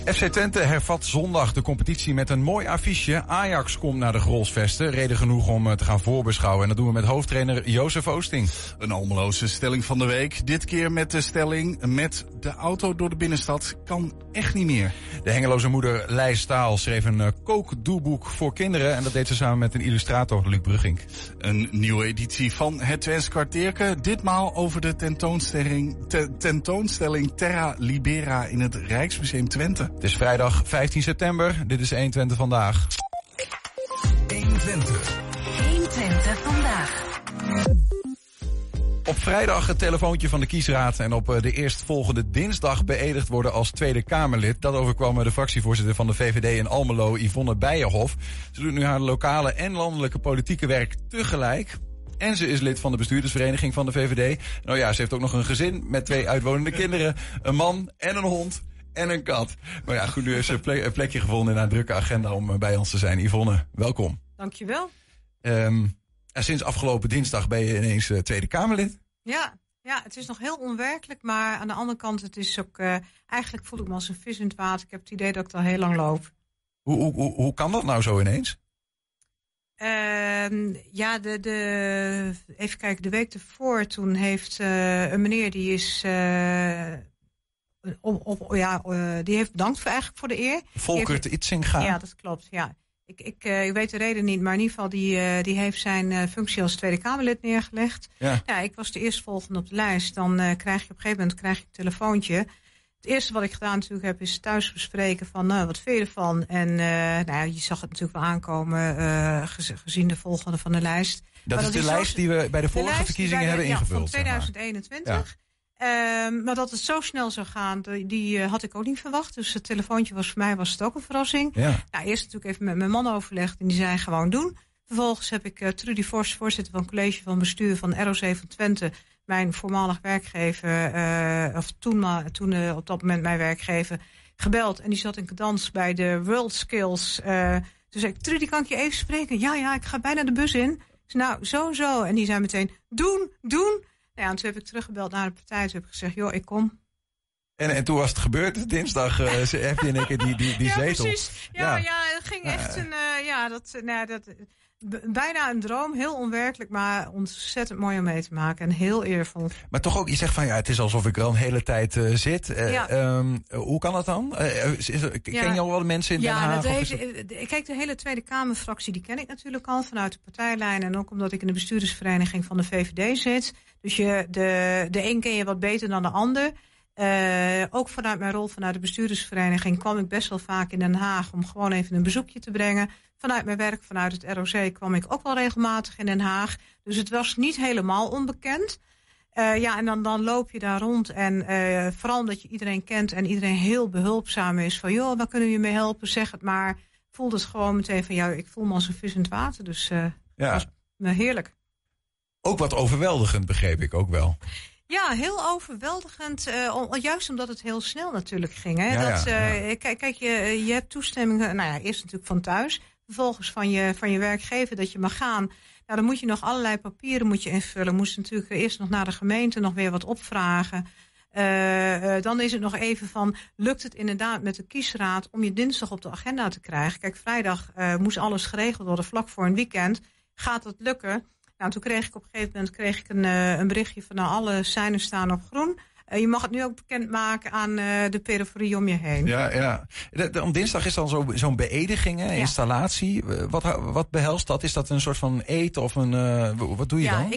FC Twente hervat zondag de competitie met een mooi affiche. Ajax komt naar de Grolsvesten. Reden genoeg om te gaan voorbeschouwen. En dat doen we met hoofdtrainer Jozef Oosting. Een Almeloze stelling van de week. Dit keer met de stelling: met de auto door de binnenstad kan echt niet meer. De Hengeloze moeder Lijs Staal schreef een kookdoeboek voor kinderen. En dat deed ze samen met een illustrator, Luc Brugink. Een nieuwe editie van Het Twents Kwartierke. Ditmaal over de tentoonstelling Terra Libera in het Rijksmuseum Twente. Het is vrijdag 15 september. Dit is 120 vandaag. 120. 120 vandaag. Op vrijdag het telefoontje van de kiesraad en op de eerstvolgende dinsdag beëdigd worden als Tweede Kamerlid. Dat overkwam de fractievoorzitter van de VVD in Almelo, Yvonne Bijenhof. Ze doet nu haar lokale en landelijke politieke werk tegelijk. En ze is lid van de bestuurdersvereniging van de VVD. Nou ja, ze heeft ook nog een gezin met 2 uitwonende kinderen, een man en een hond. En een kat. Maar ja, goed, nu heeft ze een plekje gevonden in haar drukke agenda om bij ons te zijn. Yvonne, welkom. Dankjewel. Sinds afgelopen dinsdag ben je ineens Tweede Kamerlid. Ja, het is nog heel onwerkelijk, maar aan de andere kant, het is ook, eigenlijk voel ik me als een vis in het water. Ik heb het idee dat ik al heel lang loop. Hoe kan dat nou zo ineens? Even kijken, de week ervoor, toen heeft een meneer die is... die heeft bedankt voor de eer. Volkert Itzinga. Ja, dat klopt, ja. Ik weet de reden niet, maar in ieder geval die heeft zijn functie als Tweede Kamerlid neergelegd. Ja, ik was de eerstvolgende op de lijst. Dan krijg je op een gegeven moment een telefoontje. Het eerste wat ik gedaan natuurlijk heb is thuis bespreken van wat vind je ervan? En je zag het natuurlijk wel aankomen gezien de volgende van de lijst. Dat is de lijst die we bij de vorige verkiezingen hebben ingevuld. Van 2021. Ja. Maar dat het zo snel zou gaan, die had ik ook niet verwacht. Dus het telefoontje was voor mij ook een verrassing. Ja. Nou, eerst natuurlijk even met mijn man overlegd en die zei gewoon doen. Vervolgens heb ik Trudy Vos, voorzitter van het college van bestuur van ROC van Twente, mijn voormalig werkgever, toen op dat moment mijn werkgever, gebeld. En die zat in cadans bij de World Skills. Toen zei ik, Trudy, kan ik je even spreken? Ja, ik ga bijna de bus in. Ik zei, nou, zo. En die zei meteen, doen. Nou ja, en toen heb ik teruggebeld naar de partij. Toen heb ik gezegd, joh, ik kom. En toen was het gebeurd. Dinsdag heb je in één keer die zetel. Precies. Ja, het ging echt bijna een droom. Heel onwerkelijk, maar ontzettend mooi om mee te maken. En heel eervol. Maar toch ook, je zegt van het is alsof ik er al een hele tijd zit. Hoe kan dat dan? Ken je al wel de mensen in Den Haag? Kijk, de hele Tweede Kamerfractie, die ken ik natuurlijk al vanuit de partijlijn. En ook omdat ik in de bestuurdersvereniging van de VVD zit. Dus de een ken je wat beter dan de ander. Ook vanuit mijn rol vanuit de bestuurdersvereniging kwam ik best wel vaak in Den Haag om gewoon even een bezoekje te brengen. Vanuit mijn werk, vanuit het ROC, kwam ik ook wel regelmatig in Den Haag. Dus het was niet helemaal onbekend. En dan loop je daar rond en vooral omdat je iedereen kent en iedereen heel behulpzaam is. Van joh, waar kunnen we je mee helpen? Zeg het maar. Voelde het gewoon meteen van ik voel me als een vis in het water. Dus het was heerlijk. Ook wat overweldigend, begreep ik ook wel. Ja, heel overweldigend. Juist omdat het heel snel natuurlijk ging. Hè? Kijk, je hebt toestemming, eerst natuurlijk van thuis. Vervolgens van je werkgever dat je mag gaan. Nou, dan moet je nog allerlei papieren invullen. Moest natuurlijk eerst nog naar de gemeente nog weer wat opvragen. Dan is het nog even van, lukt het inderdaad met de kiesraad om je dinsdag op de agenda te krijgen? Kijk, vrijdag moest alles geregeld worden vlak voor een weekend. Gaat dat lukken? Nou, toen kreeg ik op een gegeven moment een berichtje van alle seinen staan op groen. Je mag het nu ook bekendmaken aan de periferie om je heen. Ja. Om dinsdag is dan zo'n beëdiging, installatie. Wat behelst dat? Is dat een soort van eten of wat doe je dan?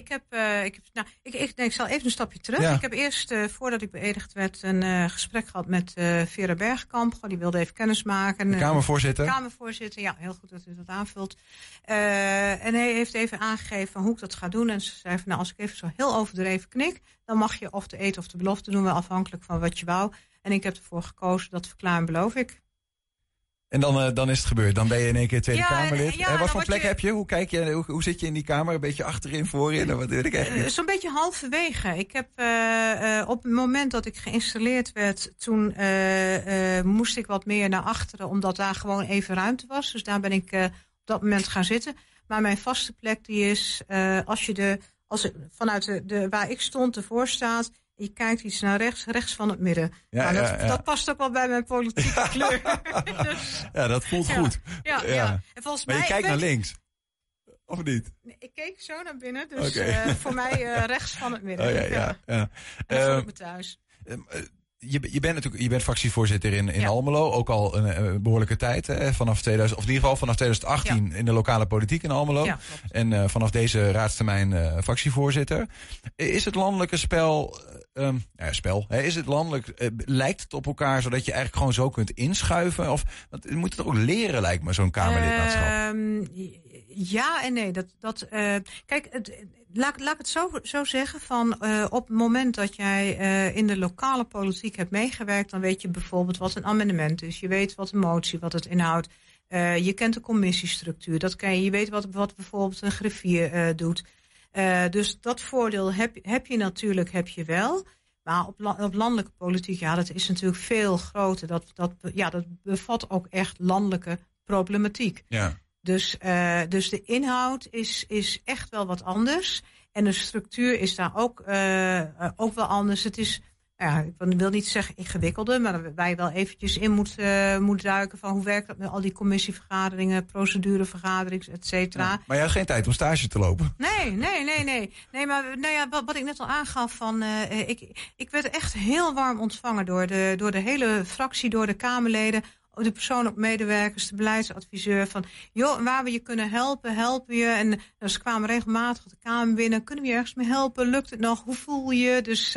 Ik zal even een stapje terug. Ja. Ik heb eerst, voordat ik beëdigd werd, een gesprek gehad met Vera Bergkamp. Die wilde even kennis maken. De Kamervoorzitter. Ja, heel goed dat u dat aanvult. En hij heeft even aangegeven hoe ik dat ga doen. En ze zei van, als ik even zo heel overdreven knik, dan mag je of de eet of de belofte doen we afhankelijk van wat je wou. En ik heb ervoor gekozen, dat verklaar en beloof ik. En dan is het gebeurd. Dan ben je in één keer Tweede Kamerlid. Wat voor plek heb je? Hoe kijk je? Hoe zit je in die kamer? Een beetje achterin, voorin? Wat weet ik eigenlijk? Zo'n beetje halverwege. Ik heb op het moment dat ik geïnstalleerd werd, toen moest ik wat meer naar achteren, omdat daar gewoon even ruimte was. Dus daar ben ik op dat moment gaan zitten. Maar mijn vaste plek die is, als vanuit waar ik stond ervoor staat, Je kijkt iets naar rechts van het midden. Dat past ook wel bij mijn politieke kleur. Dus, dat voelt goed. Ja. En volgens maar mij, je kijkt naar links. Of niet? Ik keek zo naar binnen, dus voor mij rechts van het midden. Ja. En dan voel ik me thuis. Je bent fractievoorzitter in Almelo, ook al een behoorlijke tijd. Vanaf 2000, of in ieder geval vanaf 2018 in de lokale politiek in Almelo. Ja, en vanaf deze raadstermijn fractievoorzitter. Is het landelijke spel, is het landelijk, lijkt het op elkaar zodat je eigenlijk gewoon zo kunt inschuiven? Of want je moet het ook leren, lijkt me, zo'n Kamerlidmaatschap. Ja en nee. Kijk, laat ik het zo zeggen. Op het moment dat jij in de lokale politiek hebt meegewerkt, dan weet je bijvoorbeeld wat een amendement is. Je weet wat een motie, wat het inhoudt. Je kent de commissiestructuur. Dat ken je. Je weet wat bijvoorbeeld een griffier doet. Dus dat voordeel heb je natuurlijk wel. Maar op landelijke politiek, dat is natuurlijk veel groter. Dat bevat ook echt landelijke problematiek. Ja. Dus de inhoud is echt wel wat anders. En de structuur is daar ook wel anders. Het is, ik wil niet zeggen ingewikkelder, maar waar je wel eventjes in moet duiken van hoe werkt dat met al die commissievergaderingen, procedurevergaderingen, et cetera. Maar je had geen tijd om stage te lopen. Nee. Nee, maar wat ik net al aangaf van, ik werd echt heel warm ontvangen door de hele fractie, door de Kamerleden. De persoonlijke medewerkers, de beleidsadviseur van, waar we je kunnen helpen je. En ze kwamen regelmatig de Kamer binnen. Kunnen we je ergens mee helpen? Lukt het nog? Hoe voel je? Dus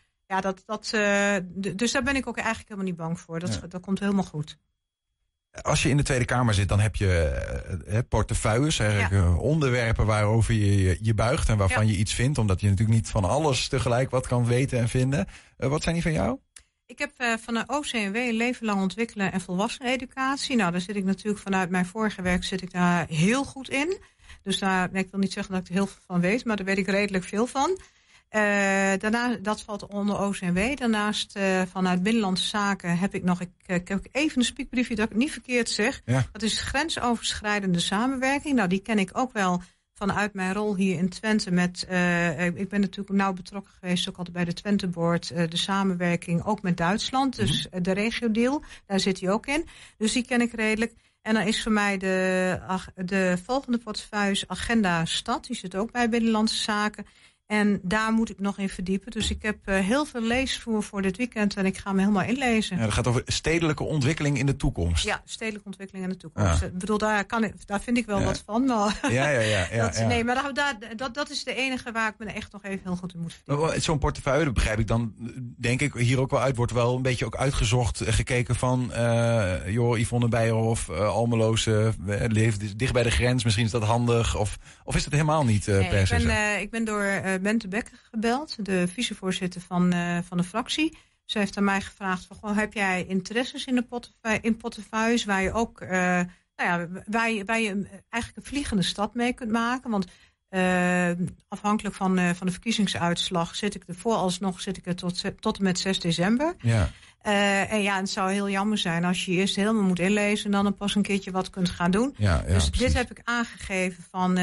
dus daar ben ik ook eigenlijk helemaal niet bang voor. Dat komt helemaal goed. Als je in de Tweede Kamer zit, dan heb je portefeuilles, eigenlijk onderwerpen waarover je buigt en waarvan je iets vindt, omdat je natuurlijk niet van alles tegelijk wat kan weten en vinden. Wat zijn die van jou? Ik heb van de OCMW leven lang ontwikkelen en volwasseneneducatie. Nou, daar zit ik natuurlijk vanuit mijn vorige werk zit ik daar heel goed in. Dus ik wil niet zeggen dat ik er heel veel van weet, maar daar weet ik redelijk veel van. Daarna, dat valt onder OCMW. Daarnaast vanuit Binnenlandse Zaken heb ik nog, ik heb even een spiekbriefje dat ik het niet verkeerd zeg. Ja. Dat is grensoverschrijdende samenwerking. Nou, die ken ik ook wel vanuit mijn rol hier in Twente met, ik ben natuurlijk nauw betrokken geweest, ook altijd bij de Twente Board, de samenwerking ook met Duitsland. Dus de regio-deal, daar zit hij ook in. Dus die ken ik redelijk. En dan is voor mij de volgende portefeuille Agenda Stad. Die zit ook bij Binnenlandse Zaken. En daar moet ik nog in verdiepen. Dus ik heb heel veel leesvoer voor dit weekend en ik ga me helemaal inlezen. Ja, dat gaat over stedelijke ontwikkeling in de toekomst. Ja, stedelijke ontwikkeling in de toekomst. Ja. Ik bedoel, daar vind ik wel wat van. Maar nee, maar dat is de enige waar ik me echt nog even heel goed in moet verdiepen. Zo'n portefeuille, dat begrijp ik dan, denk ik, hier ook wel uit, wordt wel een beetje ook uitgezocht, gekeken van, Yvonne Beierhof, Almeloos, leeft dicht bij de grens, misschien is dat handig, of is dat helemaal niet per se? Ik ben door Bente Bekker gebeld, de vicevoorzitter van de fractie. Ze heeft aan mij gevraagd van, heb jij interesses in portefeuilles waar je ook, waar je eigenlijk een vliegende stad mee kunt maken? Want afhankelijk van de verkiezingsuitslag zit ik er tot en met 6 december. Ja. En het zou heel jammer zijn als je eerst helemaal moet inlezen en dan pas een keertje wat kunt gaan doen. Ja, dus precies. Dit heb ik aangegeven van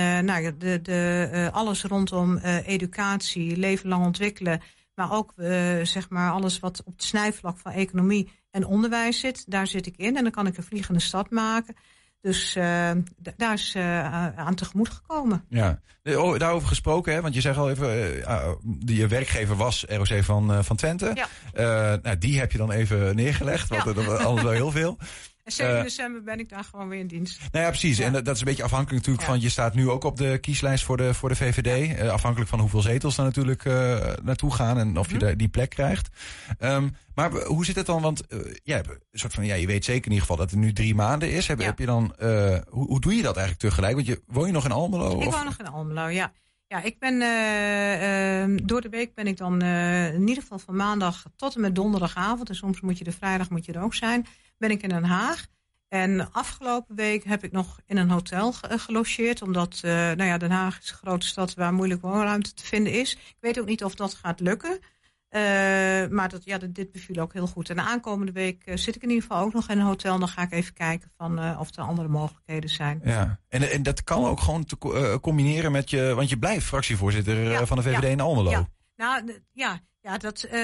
alles rondom educatie, leven lang ontwikkelen, maar ook zeg maar alles wat op het snijvlak van economie en onderwijs zit. Daar zit ik in en dan kan ik een vliegende stad maken. Dus daar is aan tegemoet gekomen. Ja, daarover gesproken, hè, want je zegt al even, je werkgever was ROC van Twente. Ja. Die heb je dan even neergelegd, want dat was anders wel heel veel. En 7 december ben ik daar gewoon weer in dienst. Nou ja, precies. Ja. En dat is een beetje afhankelijk natuurlijk van, je staat nu ook op de kieslijst voor de VVD. Ja. Afhankelijk van hoeveel zetels daar natuurlijk naartoe gaan en of je die plek krijgt. Maar hoe zit het dan? Want je weet zeker in ieder geval dat het nu 3 maanden is. Heb je dan, hoe doe je dat eigenlijk tegelijk? Want woon je nog in Almelo? Ik woon nog in Almelo, ja. Ja, ik ben door de week ben ik dan in ieder geval van maandag tot en met donderdagavond. En soms moet je de vrijdag er ook zijn. Ben ik in Den Haag. En afgelopen week heb ik nog in een hotel gelogeerd. Omdat Den Haag is een grote stad waar moeilijk woonruimte te vinden is. Ik weet ook niet of dat gaat lukken. Maar dit beviel ook heel goed. En de aankomende week zit ik in ieder geval ook nog in een hotel. En dan ga ik even kijken of er andere mogelijkheden zijn. Ja. En dat kan ook gewoon te combineren met want je blijft fractievoorzitter van de VVD in Almelo. Ja. Ja,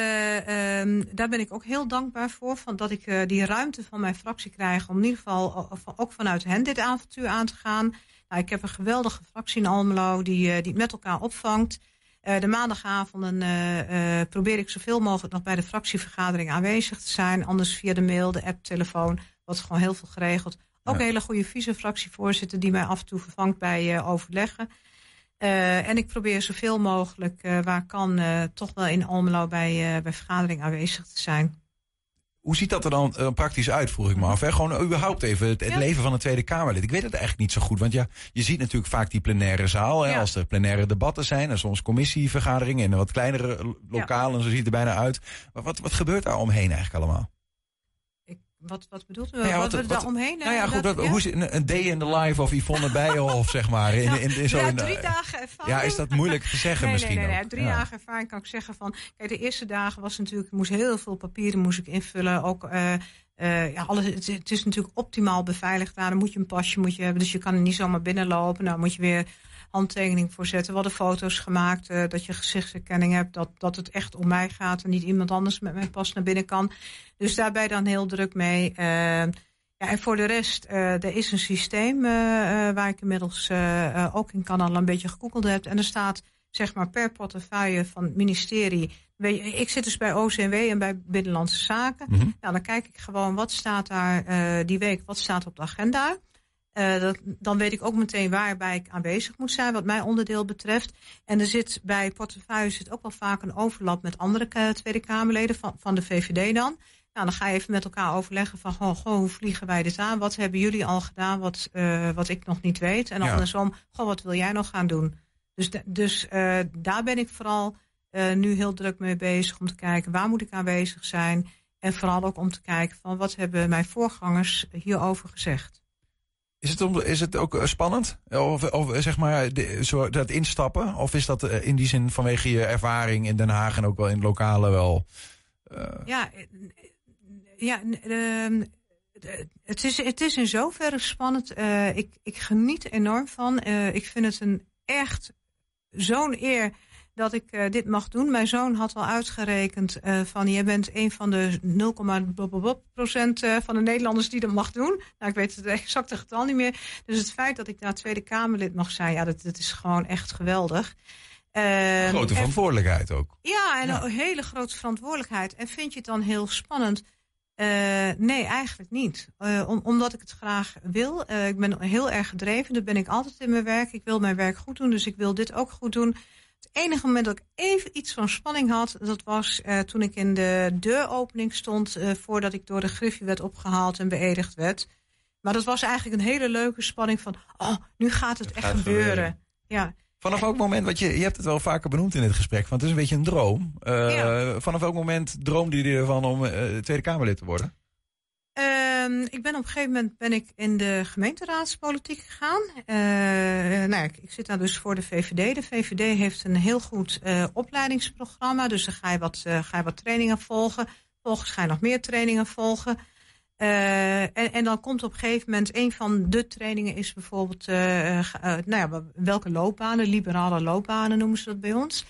daar ben ik ook heel dankbaar voor. Dat ik die ruimte van mijn fractie krijg om in ieder geval ook vanuit hen dit avontuur aan te gaan. Nou, ik heb een geweldige fractie in Almelo die het met elkaar opvangt. De maandagavonden probeer ik zoveel mogelijk nog bij de fractievergadering aanwezig te zijn. Anders via de mail, de app, telefoon, wordt gewoon heel veel geregeld. Ook een hele goede vice-fractievoorzitter die mij af en toe vervangt bij overleggen. En ik probeer zoveel mogelijk waar kan toch wel in Almelo bij vergadering aanwezig te zijn. Hoe ziet dat er dan praktisch uit, vroeg ik me af. Hè? Gewoon überhaupt even het leven van een Tweede Kamerlid. Ik weet het eigenlijk niet zo goed. Want ja, je ziet natuurlijk vaak die plenaire zaal. Hè, als er plenaire debatten zijn. En soms commissievergaderingen in een wat kleinere lokalen. Zo ziet het er bijna uit. Maar wat gebeurt daar omheen eigenlijk allemaal? Wat bedoelt u? Wat we daar omheen? Nou ja, goed. Hoe is een day in the life of Yvonne Bijenhof, zeg maar? 3 dagen ervaring. Ja, is dat moeilijk te zeggen misschien? Nee. 3 dagen ervaring kan ik zeggen van... Kijk, de eerste dagen was natuurlijk... Ik moest heel veel papieren invullen. Ook, het is natuurlijk optimaal beveiligd. Daar moet je een pasje hebben. Dus je kan er niet zomaar binnenlopen. Nou moet je weer handtekening voor zetten. We hadden foto's gemaakt. Dat je gezichtsherkenning hebt. Dat het echt om mij gaat. En niet iemand anders met mijn pas naar binnen kan. Dus daar ben je dan heel druk mee. En voor de rest, er is een systeem waar ik inmiddels ook in Canada een beetje gegoogeld heb. En er staat zeg maar per portefeuille van het ministerie. Ik zit dus bij OCMW en bij Binnenlandse Zaken. Mm-hmm. Nou, dan kijk ik gewoon wat staat daar die week, wat staat op de agenda. Dan weet ik ook meteen waarbij ik aanwezig moet zijn, wat mijn onderdeel betreft. En er zit bij portefeuille ook wel vaak een overlap met andere Tweede Kamerleden van de VVD dan. Nou, dan ga je even met elkaar overleggen van, hoe vliegen wij dit aan? Wat hebben jullie al gedaan wat ik nog niet weet? En andersom, wat wil jij nog gaan doen? Dus daar ben ik vooral nu heel druk mee bezig om te kijken waar moet ik aanwezig zijn. En vooral ook om te kijken van wat hebben mijn voorgangers hierover gezegd. Is het ook spannend? Of zeg maar dat instappen? Of is dat in die zin vanwege je ervaring in Den Haag en ook wel in het lokale wel? Het is in zoverre spannend. Ik geniet er enorm van. Ik vind het echt zo'n eer dat ik dit mag doen. Mijn zoon had al uitgerekend van je bent een van de 0,% van de Nederlanders die dat mag doen. Nou, ik weet het exacte getal niet meer. Dus het feit dat ik daar Tweede Kamerlid mag zijn, dat is gewoon echt geweldig. Grote verantwoordelijkheid ook. Ja, en een hele grote verantwoordelijkheid. En vind je het dan heel spannend? Nee, eigenlijk niet. Omdat ik het graag wil. Ik ben heel erg gedreven. Dat ben ik altijd in mijn werk. Ik wil mijn werk goed doen, dus ik wil dit ook goed doen. Het enige moment dat ik even iets van spanning had, dat was toen ik in de deuropening stond, voordat ik door de griffie werd opgehaald en beëdigd werd. Maar dat was eigenlijk een hele leuke spanning van, nu gaat het echt gebeuren. Ja. Vanaf welk moment, want je hebt het wel vaker benoemd in het gesprek, want het is een beetje een droom. Vanaf welk moment droomde je ervan om Tweede Kamerlid te worden? Ik ben op een gegeven moment in de gemeenteraadspolitiek gegaan. Ik zit daar dus voor de VVD. De VVD heeft een heel goed opleidingsprogramma. Dus dan ga je wat trainingen volgen. Vervolgens ga je nog meer trainingen volgen. En dan komt op een gegeven moment een van de trainingen is bijvoorbeeld welke loopbanen, liberale loopbanen noemen ze dat bij ons.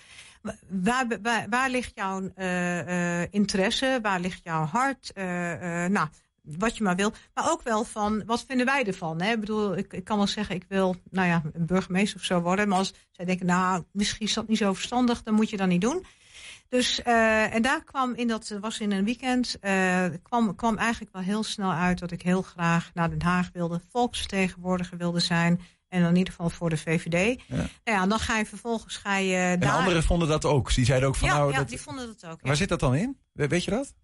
Waar ligt jouw interesse? Waar ligt jouw hart? Wat je maar wil. Maar ook wel van, wat vinden wij ervan? Hè? Ik bedoel, ik kan wel zeggen, ik wil een burgemeester of zo worden. Maar als zij denken, misschien is dat niet zo verstandig, dan moet je dat niet doen. Dus, en daar was in een weekend, kwam eigenlijk wel heel snel uit dat ik heel graag naar Den Haag wilde, volksvertegenwoordiger wilde zijn. En in ieder geval voor de VVD. Ja. Dan ga je vervolgens daar... En anderen vonden dat ook? Die zeiden ook van die vonden dat ook. Waar zit dat dan in? Weet je dat?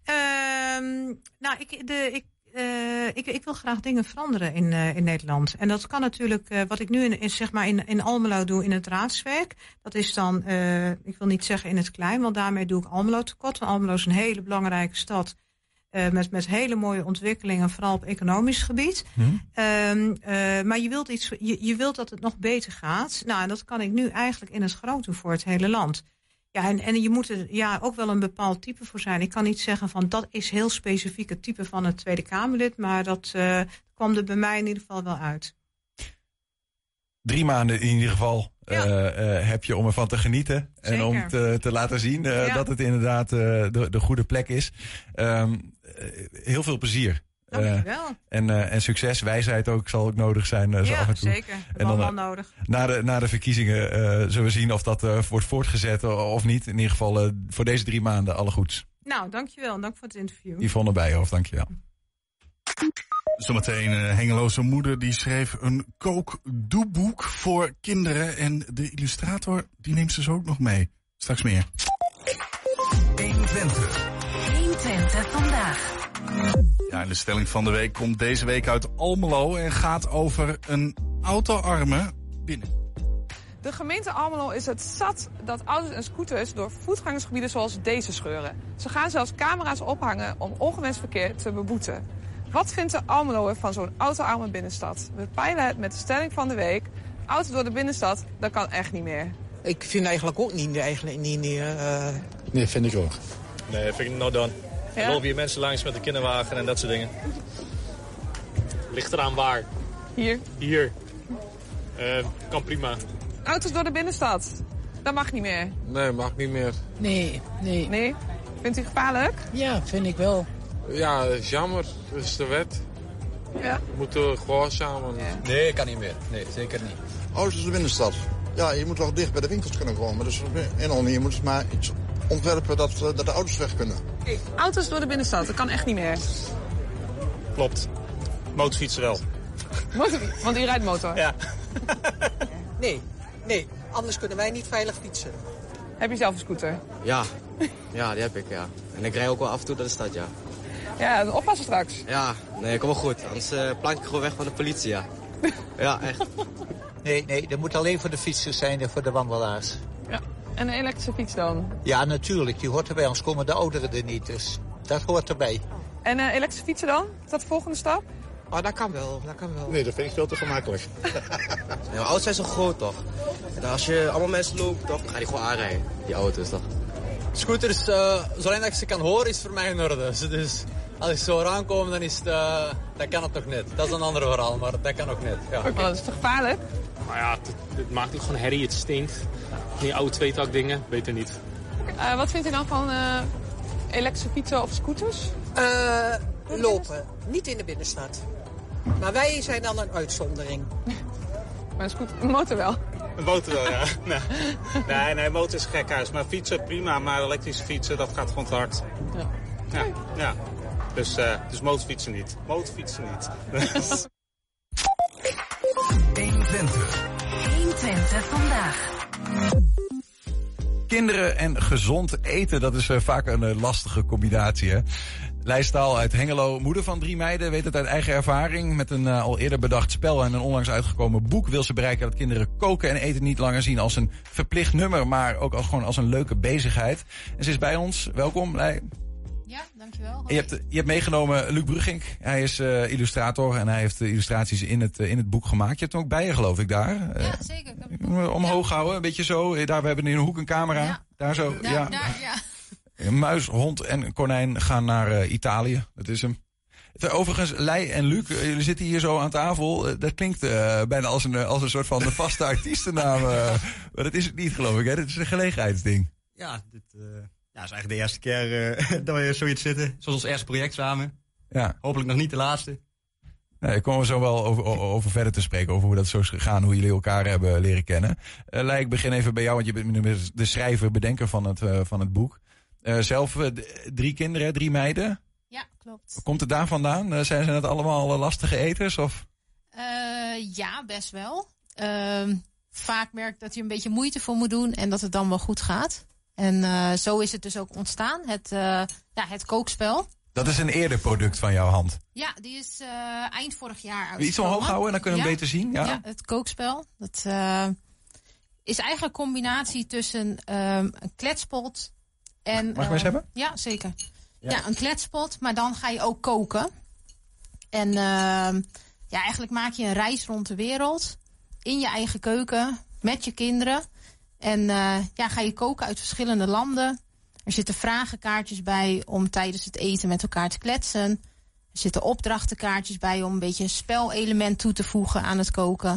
Ik wil graag dingen veranderen in Nederland. En dat kan natuurlijk, wat ik nu in Almelo doe in het raadswerk. Dat is dan, ik wil niet zeggen in het klein, want daarmee doe ik Almelo tekort. Want Almelo is een hele belangrijke stad. Met hele mooie ontwikkelingen, vooral op economisch gebied. Maar je wilt dat het nog beter gaat. Nou, en dat kan ik nu eigenlijk in het groot doen voor het hele land. Ja, en je moet er ook wel een bepaald type voor zijn. Ik kan niet zeggen van dat is heel specifiek het type van het Tweede Kamerlid. Maar dat kwam er bij mij in ieder geval wel uit. 3 maanden in ieder geval heb je om ervan te genieten. Zeker. En om te laten zien dat het inderdaad de goede plek is. Heel veel plezier. Dankjewel. En succes, wijsheid ook zal ook nodig zijn zo af en toe. Zeker. En dan, wel nodig. Na de verkiezingen zullen we zien of dat wordt voortgezet of niet. In ieder geval voor deze 3 maanden alle goeds. Nou, dankjewel. Dank voor het interview. Yvonne Bijenhof, dankjewel. Zometeen een Hengeloze moeder die schreef een kookdoeboek voor kinderen. En de illustrator die neemt ze zo ook nog mee. Straks meer. 120 vandaag. Ja, en de stelling van de week komt deze week uit Almelo en gaat over een autoarme binnen. De gemeente Almelo is het zat dat auto's en scooters door voetgangersgebieden zoals deze scheuren. Ze gaan zelfs camera's ophangen om ongewenst verkeer te beboeten. Wat vindt de Almeloer van zo'n autoarme binnenstad? We peilen het met de stelling van de week. Auto door de binnenstad, dat kan echt niet meer. Ik vind eigenlijk ook niet. Nee, vind ik ook. Nee, vind ik not done. Ja? Er lopen hier mensen langs met de kinderwagen en dat soort dingen. Ligt eraan waar. Hier. Kan prima. Auto's door de binnenstad, dat mag niet meer. Nee, mag niet meer. Nee. Nee? Vindt u gevaarlijk? Ja, vind ik wel. Ja, dat is jammer. Dat is de wet. Ja. We moeten gehoorzamen. Ja. Nee, kan niet meer. Nee, zeker niet. Auto's in de binnenstad. Ja, je moet wel dicht bij de winkels kunnen komen. Dus in Almelo moet je maar iets ontwerpen dat de auto's weg kunnen. Auto's door de binnenstad, dat kan echt niet meer. Klopt. Motorfietsen wel. Want u rijdt motor. Ja. Nee. Anders kunnen wij niet veilig fietsen. Heb je zelf een scooter? Ja, die heb ik, ja. En ik rij ook wel af en toe door de stad, ja. Ja, oppassen straks. Ja, nee, kom wel goed. Anders plank ik gewoon weg van de politie, ja. Ja, echt. Nee, dat moet alleen voor de fietsers zijn en voor de wandelaars. Ja. En een elektrische fiets dan? Ja, natuurlijk. Die hoort erbij, anders komen de ouderen er niet. Dus dat hoort erbij. En elektrische fietsen dan? Is dat de volgende stap? Oh, dat kan wel. Nee, dat vind ik veel te gemakkelijk. Ja, auto's zijn zo groot, toch? En als je allemaal mensen loopt, toch, ga je gewoon aanrijden. Die auto's, toch? Scooters, zolang dat ik ze kan horen, is voor mij in orde. Dus als ik zo aankom, dan is het, dat kan het nog net. Dat is een ander verhaal, maar dat kan ook net. Ja. Okay. Oh, dat is toch gevaarlijk? Maar ja, het maakt ook gewoon herrie, het stinkt. Die oude tweetak dingen, beter niet. Wat vindt u dan van elektrische fietsen of scooters? Lopen. Niet in de binnenstad. Maar wij zijn dan een uitzondering. Maar een motor wel. Een motor wel, ja. Nee, motor is gekhuis. Maar fietsen prima, maar elektrische fietsen, dat gaat gewoon te hard. Ja. Dus motorfietsen niet. 120 vandaag. Kinderen en gezond eten, dat is vaak een lastige combinatie, hè? Lijstaal uit Hengelo, moeder van 3 meiden, weet het uit eigen ervaring. Met een al eerder bedacht spel en een onlangs uitgekomen boek wil ze bereiken dat kinderen koken en eten niet langer zien als een verplicht nummer, maar ook gewoon als een leuke bezigheid. En ze is bij ons. Welkom, Lij. Ja, dankjewel. Je hebt meegenomen Luc Brugink. Hij is illustrator en hij heeft illustraties in het boek gemaakt. Je hebt hem ook bij je, geloof ik, daar. Ja, zeker. Omhoog houden, een beetje zo. Daar, we hebben in een hoek een camera. Ja. Daar zo. Ja. Een muis, hond en konijn gaan naar Italië. Dat is hem. Overigens, Lij en Luc, jullie zitten hier zo aan tafel. Dat klinkt bijna als een soort van de vaste artiestennaam. Maar dat is het niet, geloof ik. Hè? Dit is een gelegenheidsding. Ja, dit is eigenlijk de eerste keer dat we zoiets zitten. Zoals ons eerste project samen. Ja. Hopelijk nog niet de laatste. Nee, daar komen we zo wel over verder te spreken. Over hoe dat zo is gegaan, hoe jullie elkaar hebben leren kennen. Lij, ik begin even bij jou, want je bent nu de schrijver, bedenker van het boek. Zelf 3 kinderen, 3 meiden. Ja, klopt. Komt het daar vandaan? Zijn het allemaal lastige eters? Of? Ja, best wel. Vaak merk dat je een beetje moeite voor moet doen en dat het dan wel goed gaat. En zo is het dus ook ontstaan, het kookspel. Dat is een eerder product van jouw hand. Ja, die is eind vorig jaar uitgekomen. Iets omhoog houden en dan kunnen we hem beter zien. Ja, het kookspel. Dat is eigenlijk een combinatie tussen een kletspot en... Mag ik maar eens hebben? Ja, zeker. Ja, een kletspot, maar dan ga je ook koken. En eigenlijk maak je een reis rond de wereld. In je eigen keuken, met je kinderen. En ga je koken uit verschillende landen. Er zitten vragenkaartjes bij om tijdens het eten met elkaar te kletsen. Er zitten opdrachtenkaartjes bij om een beetje een spelelement toe te voegen aan het koken.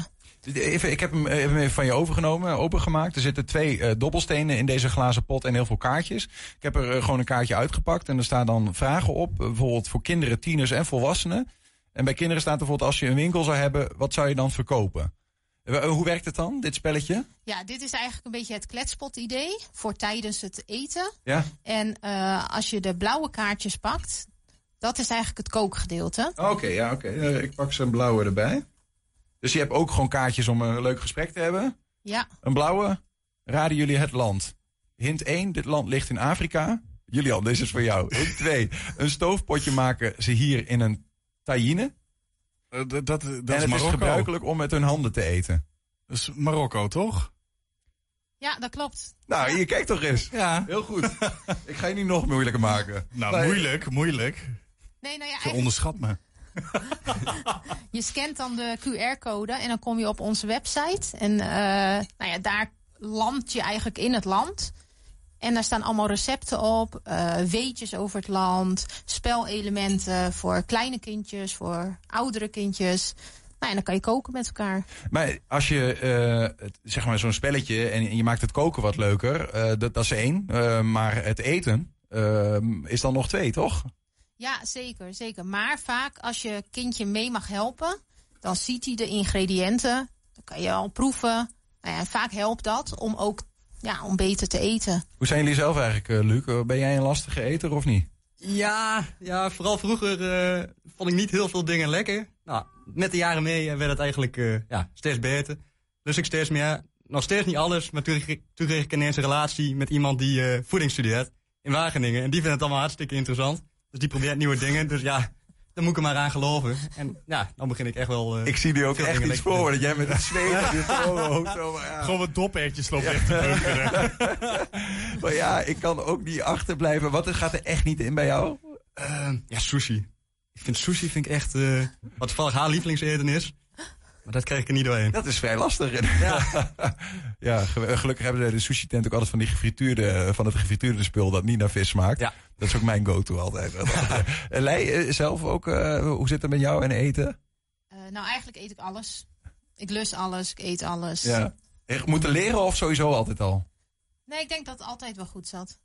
Ik heb hem even van je opengemaakt. Er zitten 2 dobbelstenen in deze glazen pot en heel veel kaartjes. Ik heb er gewoon een kaartje uitgepakt en er staan dan vragen op. Bijvoorbeeld voor kinderen, tieners en volwassenen. En bij kinderen staat er bijvoorbeeld, als je een winkel zou hebben, wat zou je dan verkopen? Hoe werkt het dan, dit spelletje? Ja, dit is eigenlijk een beetje het kletspot-idee voor tijdens het eten. Ja. En als je de blauwe kaartjes pakt, dat is eigenlijk het kookgedeelte. Oké. Ik pak zo'n blauwe erbij. Dus je hebt ook gewoon kaartjes om een leuk gesprek te hebben? Ja. Een blauwe, raden jullie het land. Hint 1, dit land ligt in Afrika. Julian, deze is voor jou. Hint 2, een stoofpotje maken ze hier in een tagine. Dat en is het Marokko. is gebruikelijk om met hun handen te eten. Dat is Marokko, toch? Ja, dat klopt. Nou, hier, kijk toch eens. Ja. Heel goed. Ik ga je niet nog moeilijker maken. Nou, moeilijk. Nee, nou ja, je onderschat me. Je scant dan de QR-code en dan kom je op onze website. En daar land je eigenlijk in het land. En daar staan allemaal recepten op, weetjes over het land, spelelementen voor kleine kindjes, voor oudere kindjes. Nou, en dan kan je koken met elkaar. Maar als je, zeg maar zo'n spelletje en je maakt het koken wat leuker, dat is 1. Maar het eten is dan nog 2, toch? Ja, zeker. Maar vaak als je kindje mee mag helpen, dan ziet hij de ingrediënten. Dan kan je al proeven. Nou ja, vaak helpt dat om ook om beter te eten. Hoe zijn jullie zelf eigenlijk, Luc? Ben jij een lastige eter of niet? Ja, vooral vroeger vond ik niet heel veel dingen lekker. Nou, met de jaren mee werd het eigenlijk steeds beter. Dus ik steeds meer, nog steeds niet alles, maar toen kreeg ik ineens een relatie met iemand die voeding studeert in Wageningen. En die vindt het allemaal hartstikke interessant. Dus die probeert nieuwe dingen. Dus ja, daar moet ik er maar aan geloven. En ja, dan begin ik echt wel... ik zie nu ook echt iets voor, dat jij met het zweet op je voorhoofd... Gewoon wat dopertjes lopen weg te bunkeren. Maar ja, ik kan ook niet achterblijven. Wat gaat er echt niet in bij jou? Sushi. Ik vind sushi echt... wat toevallig haar lievelingseten is. Maar dat krijg ik er niet doorheen. Dat is vrij lastig. Ja, gelukkig hebben de sushi-tent ook altijd van het gefrituurde spul dat niet naar vis smaakt. Ja. Dat is ook mijn go-to altijd. Lei, zelf ook, hoe zit het met jou en eten? Nou, eigenlijk eet ik alles. Ik lust alles, ik eet alles. Ja. Moeten leren of sowieso altijd al? Nee, ik denk dat het altijd wel goed zat.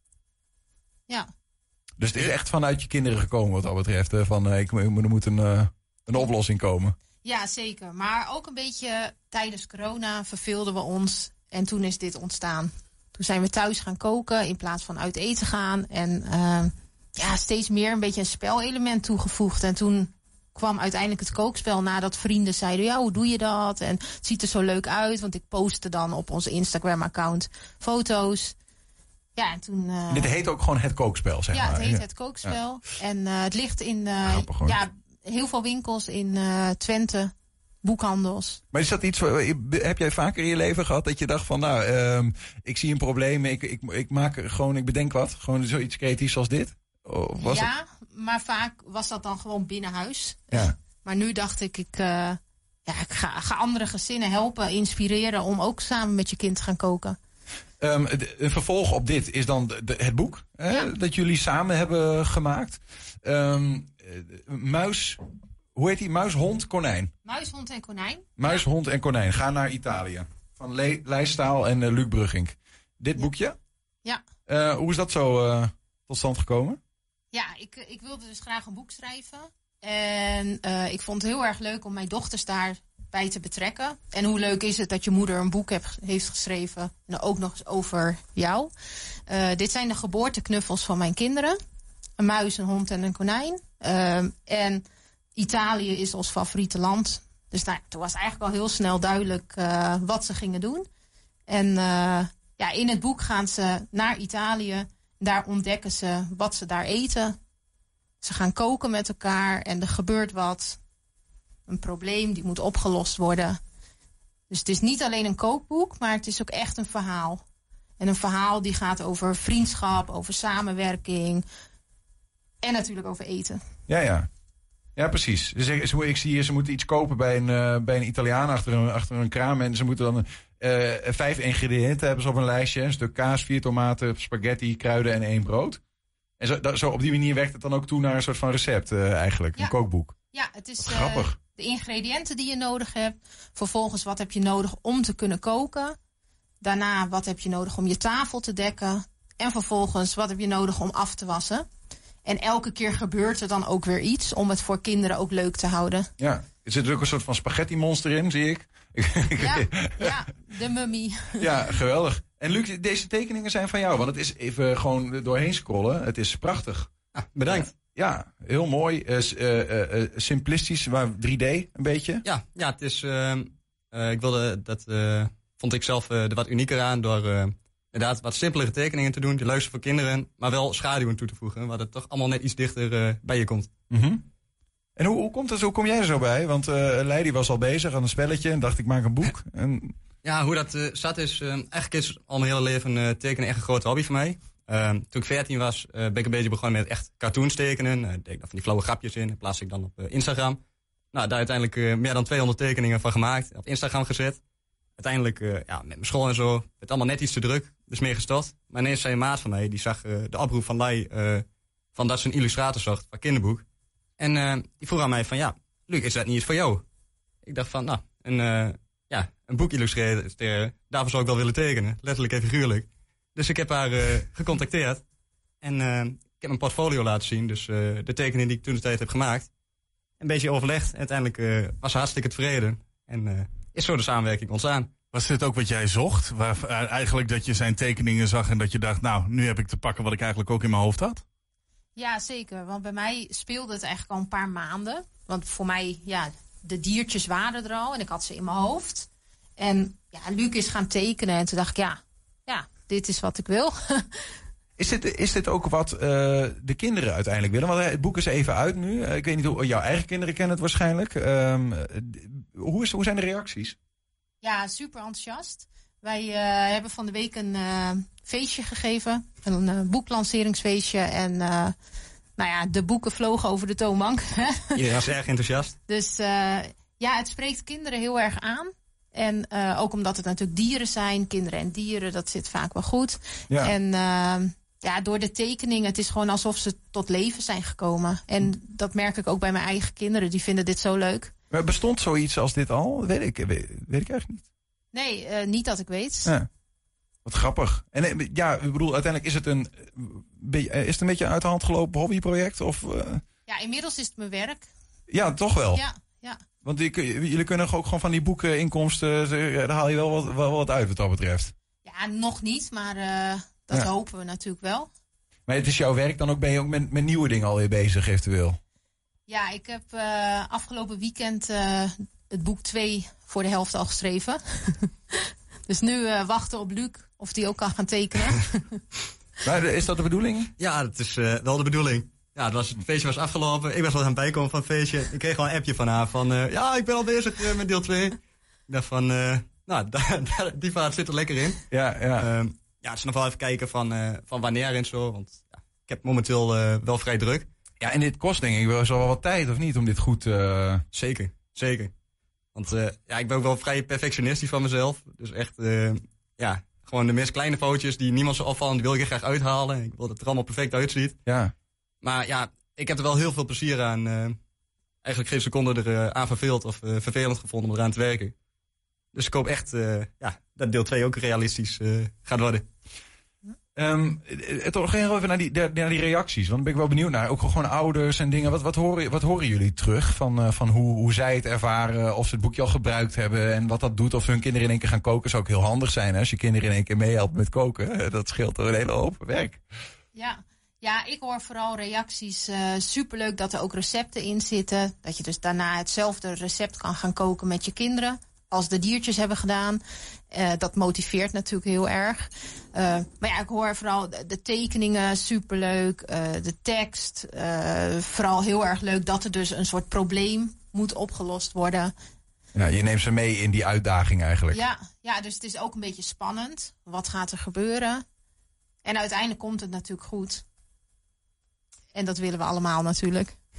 Ja. Dus het is echt vanuit je kinderen gekomen wat dat betreft. Er moet een oplossing komen. Ja, zeker. Maar ook een beetje tijdens corona verveelden we ons. En toen is dit ontstaan. Toen zijn we thuis gaan koken in plaats van uit eten gaan. En steeds meer een beetje een spelelement toegevoegd. En toen kwam uiteindelijk het kookspel nadat vrienden zeiden... ja, hoe doe je dat? En het ziet er zo leuk uit. Want ik postte dan op onze Instagram-account foto's. Ja, en toen... Dit heet ook gewoon het kookspel, zeg maar. Ja, het heet het kookspel. Ja. En het ligt in... heel veel winkels in Twente, boekhandels. Maar is dat iets, heb jij vaker in je leven gehad dat je dacht van, ik zie een probleem, ik bedenk wat, gewoon zoiets creatiefs als dit? Maar vaak was dat dan gewoon binnen huis. Ja. Maar nu dacht ik ga andere gezinnen helpen, inspireren om ook samen met je kind te gaan koken. Een vervolg op dit is dan het boek dat jullie samen hebben gemaakt. Muis, hoe heet die? Muis, hond, konijn. Muis, hond en konijn. Muis, hond en konijn. Ga naar Italië. Van Lijs Staal en Luc Bruggink. Dit boekje? Ja. Hoe is dat zo tot stand gekomen? Ja, ik wilde dus graag een boek schrijven. En ik vond het heel erg leuk om mijn dochters daarbij te betrekken. En hoe leuk is het dat je moeder een boek heeft geschreven. En ook nog eens over jou. Dit zijn de geboorteknuffels van mijn kinderen. Een muis, een hond en een konijn. En Italië is ons favoriete land. Dus toen was eigenlijk al heel snel duidelijk wat ze gingen doen. En in het boek gaan ze naar Italië. Daar ontdekken ze wat ze daar eten. Ze gaan koken met elkaar en er gebeurt wat. Een probleem die moet opgelost worden. Dus het is niet alleen een kookboek, maar het is ook echt een verhaal. En een verhaal die gaat over vriendschap, over samenwerking... En natuurlijk over eten. Ja, precies. Dus ik zie hier, ze moeten iets kopen bij een Italiaan achter een kraam. En ze moeten dan 5 ingrediënten hebben ze op een lijstje. Een stuk kaas, 4 tomaten, spaghetti, kruiden en 1 brood. En zo op die manier werkt het dan ook toe naar een soort van recept eigenlijk. Een kookboek. Ja, het is... Grappig. de ingrediënten die je nodig hebt. Vervolgens, wat heb je nodig om te kunnen koken. Daarna, wat heb je nodig om je tafel te dekken. En vervolgens, wat heb je nodig om af te wassen. En elke keer gebeurt er dan ook weer iets om het voor kinderen ook leuk te houden. Ja, er zit ook een soort van spaghetti monster in, zie ik. Ja, de mummie. Ja, geweldig. En Luc, deze tekeningen zijn van jou, want het is even gewoon doorheen scrollen. Het is prachtig. Bedankt. Ja, heel mooi. Simplistisch, maar 3D een beetje. Ja, het is... ik wilde dat... vond ik zelf er wat unieker aan door inderdaad wat simpelere tekeningen te doen. Die leuk zijn voor kinderen, maar wel schaduwen toe te voegen. Waar het toch allemaal net iets dichter bij je komt. Mm-hmm. En hoe komt het? Hoe kom jij er zo bij? Want Leidi was al bezig aan een spelletje en dacht ik maak een boek. En... Ja, hoe dat zat is... eigenlijk is al mijn hele leven tekenen echt een grote hobby voor mij. Toen ik 14 was, ben ik een beetje begonnen met echt cartoons tekenen. Deed ik daar van die flauwe grapjes in. Dat plaats ik dan op Instagram. Nou, daar uiteindelijk meer dan 200 tekeningen van gemaakt. Op Instagram gezet. Uiteindelijk, met mijn school en zo, werd allemaal net iets te druk. Dus meer gestopt. Maar ineens zei een maat van mij, die zag de oproep van Lai... van dat ze een illustrator zocht van kinderboek. En die vroeg aan mij van, ja, Luc, is dat niet iets voor jou? Ik dacht van, nou, een boek illustreren, daarvoor zou ik wel willen tekenen. Letterlijk en figuurlijk. Dus ik heb haar gecontacteerd. En ik heb mijn portfolio laten zien. Dus de tekeningen die ik toen de tijd heb gemaakt. Een beetje overlegd. En uiteindelijk was ze hartstikke tevreden. En is zo de samenwerking ontstaan. Was dit ook wat jij zocht? Eigenlijk dat je zijn tekeningen zag en dat je dacht... nou, nu heb ik te pakken wat ik eigenlijk ook in mijn hoofd had? Ja, zeker. Want bij mij speelde het eigenlijk al een paar maanden. Want voor mij, de diertjes waren er al. En ik had ze in mijn hoofd. En Luc is gaan tekenen. En toen dacht ik, ja, dit is wat ik wil. Is dit ook wat de kinderen uiteindelijk willen? Want het boek is even uit nu. Ik weet niet hoe jouw eigen kinderen kennen het waarschijnlijk. Hoe zijn de reacties? Ja, super enthousiast. Wij hebben van de week een feestje gegeven. Een boeklanceringsfeestje. En de boeken vlogen over de toonbank. Iedereen was erg enthousiast. Dus het spreekt kinderen heel erg aan. En ook omdat het natuurlijk dieren zijn. Kinderen en dieren, dat zit vaak wel goed. Ja. En door de tekeningen, het is gewoon alsof ze tot leven zijn gekomen. En dat merk ik ook bij mijn eigen kinderen. Die vinden dit zo leuk. Maar bestond zoiets als dit al? Weet ik eigenlijk niet. Nee, niet dat ik weet. Ja. Wat grappig. En ik bedoel, uiteindelijk is het een beetje uit de hand gelopen hobbyproject? Of, Ja, inmiddels is het mijn werk. Ja, toch wel? Ja. Want jullie kunnen ook gewoon van die boekeninkomsten, daar haal je wel wat uit wat dat betreft. Ja, nog niet, maar dat hopen we natuurlijk wel. Maar het is jouw werk, dan ben je ook met nieuwe dingen alweer bezig eventueel? Ja, ik heb afgelopen weekend het boek 2 voor de helft al geschreven. Dus nu wachten op Luc of die ook kan gaan tekenen. Maar is dat de bedoeling? Ja, dat is wel de bedoeling. Ja, het feestje was afgelopen. Ik was wel aan het bijkomen van het feestje. Ik kreeg gewoon een appje van haar van... ik ben al bezig met deel 2. Ik dacht van... die vaart zit er lekker in. Ja. Het is nog wel even kijken van wanneer en zo. Want ik heb momenteel wel vrij druk. Ja, en dit kost denk ik wel wat tijd, of niet? Om dit goed... Zeker. Want ik ben ook wel vrij perfectionistisch van mezelf. Dus echt... gewoon de meest kleine foutjes die niemand zou opvallen... die wil ik er graag uithalen. Ik wil dat het er allemaal perfect uitziet. Ja. Maar ik heb er wel heel veel plezier aan. Eigenlijk geen seconde er aan verveeld of vervelend gevonden om eraan te werken. Dus ik hoop echt dat deel 2 ook realistisch gaat worden. Toch heel even naar die reacties. Want dan ben ik wel benieuwd naar. Ook gewoon ouders en dingen. Wat horen jullie terug van hoe zij het ervaren? Of ze het boekje al gebruikt hebben. En wat dat doet. Of hun kinderen in één keer gaan koken. Zou ook heel handig zijn. Hè? Als je kinderen in één keer meehelpt met koken. Dat scheelt er een hele hoop werk. Ja, ik hoor vooral reacties. Superleuk dat er ook recepten in zitten. Dat je dus daarna hetzelfde recept kan gaan koken met je kinderen. Als de diertjes hebben gedaan. Dat motiveert natuurlijk heel erg. Maar ik hoor vooral de tekeningen superleuk. De tekst. Vooral heel erg leuk dat er dus een soort probleem moet opgelost worden. Ja, je neemt ze mee in die uitdaging eigenlijk. Ja, dus het is ook een beetje spannend. Wat gaat er gebeuren? En uiteindelijk komt het natuurlijk goed. En dat willen we allemaal natuurlijk.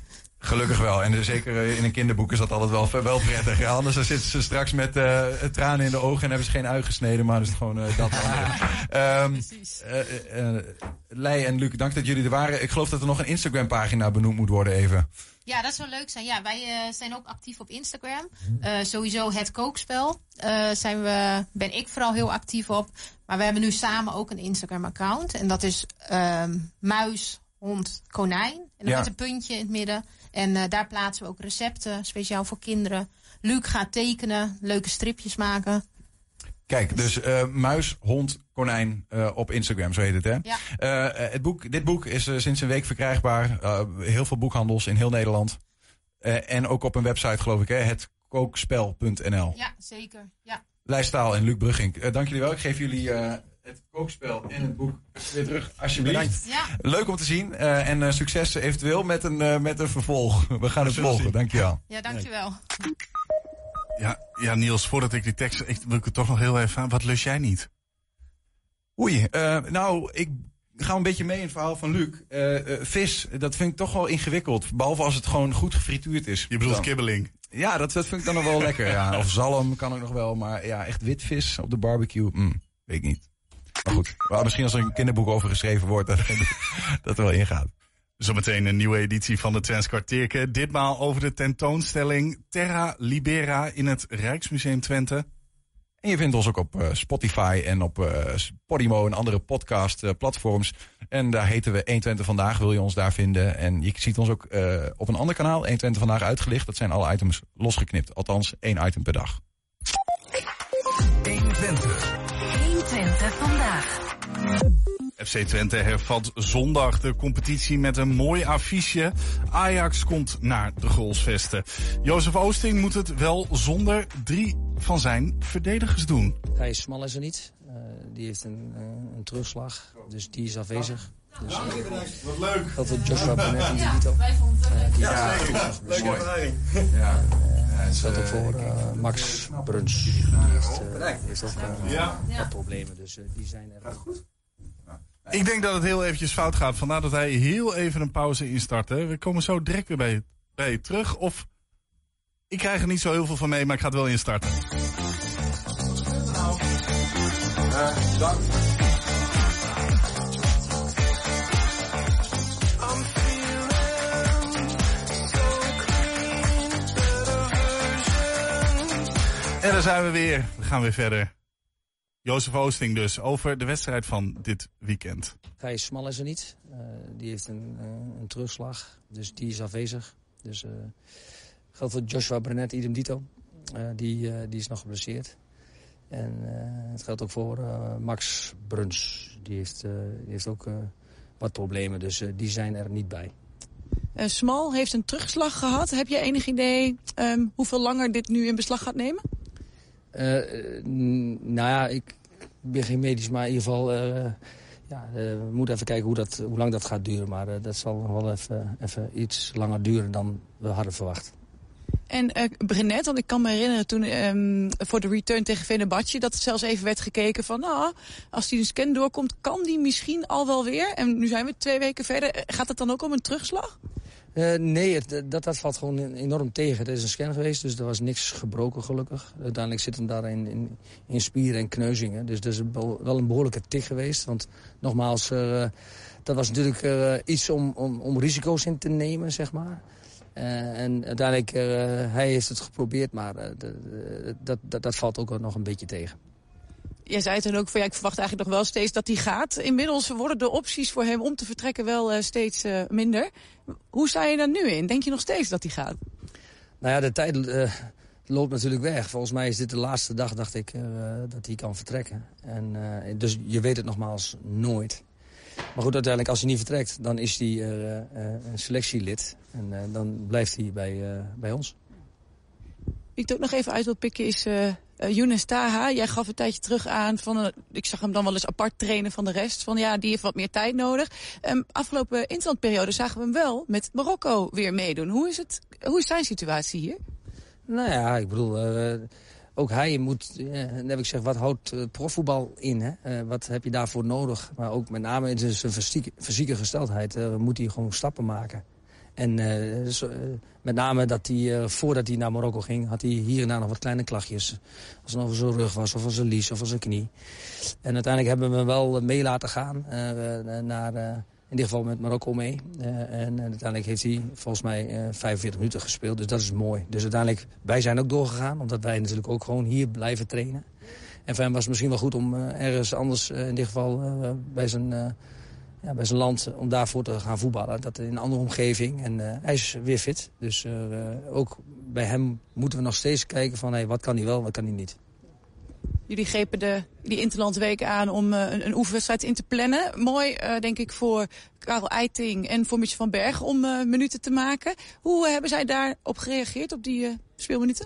Gelukkig wel. En zeker in een kinderboek is dat altijd wel prettig. Ja, anders dan zitten ze straks met tranen in de ogen en hebben ze geen ui gesneden. Maar dan is het gewoon dat andere. Precies. Lei en Luc, dank dat jullie er waren. Ik geloof dat er nog een Instagram-pagina benoemd moet worden even. Ja, dat zou leuk zijn. Ja, wij zijn ook actief op Instagram. Sowieso het kookspel ben ik vooral heel actief op. Maar we hebben nu samen ook een Instagram-account. En dat is muis, hond, konijn. En dan met een puntje in het midden. En daar plaatsen we ook recepten, speciaal voor kinderen. Luc gaat tekenen, leuke stripjes maken. Kijk, dus muis, hond, konijn op Instagram, zo heet het, hè? Ja. Dit boek is sinds een week verkrijgbaar. Heel veel boekhandels in heel Nederland. En ook op een website, geloof ik, hè? Hetkookspel.nl. Ja, zeker. Ja. Lei Staal en Luc Bruggink, dank jullie wel. Ik geef jullie het kookspel en het boek weer terug, alsjeblieft. Ja. Leuk om te zien en succes eventueel met een vervolg. We gaan het volgen, dankjewel. Ja, dankjewel. Ja, Niels, voordat ik die tekst... wil ik het toch nog heel even aan. Wat lust jij niet? Oei, ik ga een beetje mee in het verhaal van Luc. Vis, dat vind ik toch wel ingewikkeld. Behalve als het gewoon goed gefrituurd is. Je bedoelt kibbeling? Ja, dat vind ik dan nog wel lekker. Ja. Of zalm kan ook nog wel. Maar ja, echt witvis op de barbecue, weet ik niet. Maar goed, misschien als er een kinderboek over geschreven wordt, dat er wel ingaat. Zometeen een nieuwe editie van de Twents Kwartierke. Ditmaal over de tentoonstelling Terra Libera in het Rijksmuseum Twente. En je vindt ons ook op Spotify en op Podimo en andere podcastplatforms. En daar heten we 120 Vandaag, wil je ons daar vinden. En je ziet ons ook op een ander kanaal, 120 Vandaag uitgelicht. Dat zijn alle items losgeknipt, althans 1 item per dag. 120. 120 Vandaag. FC Twente hervat zondag de competitie met een mooi affiche. Ajax komt naar de goalsvesten. Jozef Oosting moet het wel zonder 3 van zijn verdedigers doen. Gijs Smal is er niet. Die heeft een terugslag, dus die is afwezig. Dus, wat leuk. Dat het Joshua Brunet en Vito. Leuke ervaring. Het geldt ook voor Max Bruns. Die heeft ook wat problemen, dus die zijn er goed. Ik denk dat het heel eventjes fout gaat. Vandaar dat hij heel even een pauze instart. Hè. We komen zo direct weer bij je terug. Of ik krijg er niet zo heel veel van mee, maar ik ga het wel instarten. Dank. En daar zijn we weer. We gaan weer verder. Jozef Oosting dus, over de wedstrijd van dit weekend. Gijs Smal is er niet. Die heeft een terugslag, dus die is afwezig. Dus geldt voor Joshua Brunet, idem dito. Die is nog geblesseerd. En het geldt ook voor Max Bruns. Die heeft ook wat problemen, dus die zijn er niet bij. Smal heeft een terugslag gehad. Heb je enig idee hoeveel langer dit nu in beslag gaat nemen? Nou ja, ik ben geen medisch, maar in ieder geval... we moeten even kijken hoe lang dat gaat duren. Maar dat zal wel even iets langer duren dan we hadden verwacht. En Brunet, want ik kan me herinneren toen voor de return tegen Fenerbahce... dat er zelfs even werd gekeken van... als die een scan doorkomt, kan die misschien al wel weer? En nu zijn we 2 weken verder. Gaat het dan ook om een terugslag? Nee, dat valt gewoon enorm tegen. Er is een scan geweest, dus er was niks gebroken gelukkig. Uiteindelijk zit hem daar in spieren en kneuzingen. Dus dat is wel een behoorlijke tik geweest. Want nogmaals, dat was natuurlijk iets om risico's in te nemen, zeg maar. En uiteindelijk, hij heeft het geprobeerd, maar dat valt ook nog een beetje tegen. Jij zei toen ook van ik verwacht eigenlijk nog wel steeds dat hij gaat. Inmiddels worden de opties voor hem om te vertrekken wel steeds minder. Hoe sta je daar nu in? Denk je nog steeds dat hij gaat? Nou ja, de tijd loopt natuurlijk weg. Volgens mij is dit de laatste dag, dacht ik, dat hij kan vertrekken. En, dus je weet het nogmaals nooit. Maar goed, uiteindelijk als hij niet vertrekt, dan is hij een selectielid. En dan blijft hij bij ons. Wie ik ook nog even uit wil pikken is Younes Taha. Jij gaf een tijdje terug aan van ik zag hem dan wel eens apart trainen van de rest. Van die heeft wat meer tijd nodig. Afgelopen interlandperiode zagen we hem wel met Marokko weer meedoen. Hoe is zijn situatie hier? Nou ja, ik bedoel, ook hij moet, dan heb ik gezegd, wat houdt profvoetbal in? Hè? Wat heb je daarvoor nodig? Maar ook met name in zijn fysieke gesteldheid moet hij gewoon stappen maken. En met name dat hij, voordat hij naar Marokko ging, had hij hier en daar nog wat kleine klachtjes. Als het over zijn rug was, of als zijn lies, of als zijn knie. En uiteindelijk hebben we hem wel mee laten gaan naar, in dit geval met Marokko mee. En uiteindelijk heeft hij volgens mij 45 minuten gespeeld, dus dat is mooi. Dus uiteindelijk, wij zijn ook doorgegaan, omdat wij natuurlijk ook gewoon hier blijven trainen. En voor hem was het misschien wel goed om ergens anders, in dit geval bij zijn land, om daarvoor te gaan voetballen. Dat in een andere omgeving. En hij is weer fit. Dus ook bij hem moeten we nog steeds kijken van wat kan hij wel, wat kan hij niet. Jullie grepen die Interlandweek aan om een oefenwedstrijd in te plannen. Mooi, denk ik, voor Karel Eiting en voor Mitchell van Bergen om minuten te maken. Hoe hebben zij daarop gereageerd, op die speelminuten?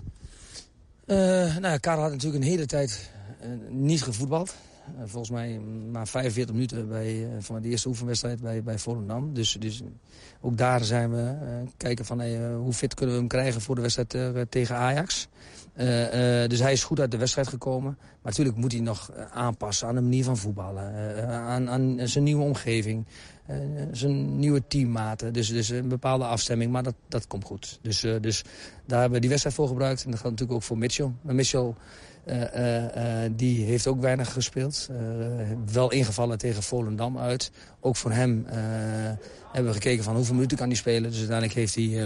Karel had natuurlijk een hele tijd niet gevoetbald. Volgens mij maar 45 minuten van de eerste oefenwedstrijd bij Volendam. Dus ook daar zijn we kijken van hoe fit kunnen we hem krijgen voor de wedstrijd tegen Ajax. Dus hij is goed uit de wedstrijd gekomen. Maar natuurlijk moet hij nog aanpassen aan de manier van voetballen. Aan zijn nieuwe omgeving. Zijn nieuwe teammaten. Dus een bepaalde afstemming. Maar dat komt goed. Dus daar hebben we die wedstrijd voor gebruikt. En dat geldt natuurlijk ook voor Mitchell. Maar Mitchell die heeft ook weinig gespeeld. Wel ingevallen tegen Volendam uit. Ook voor hem hebben we gekeken van hoeveel minuten kan hij spelen. Dus uiteindelijk heeft hij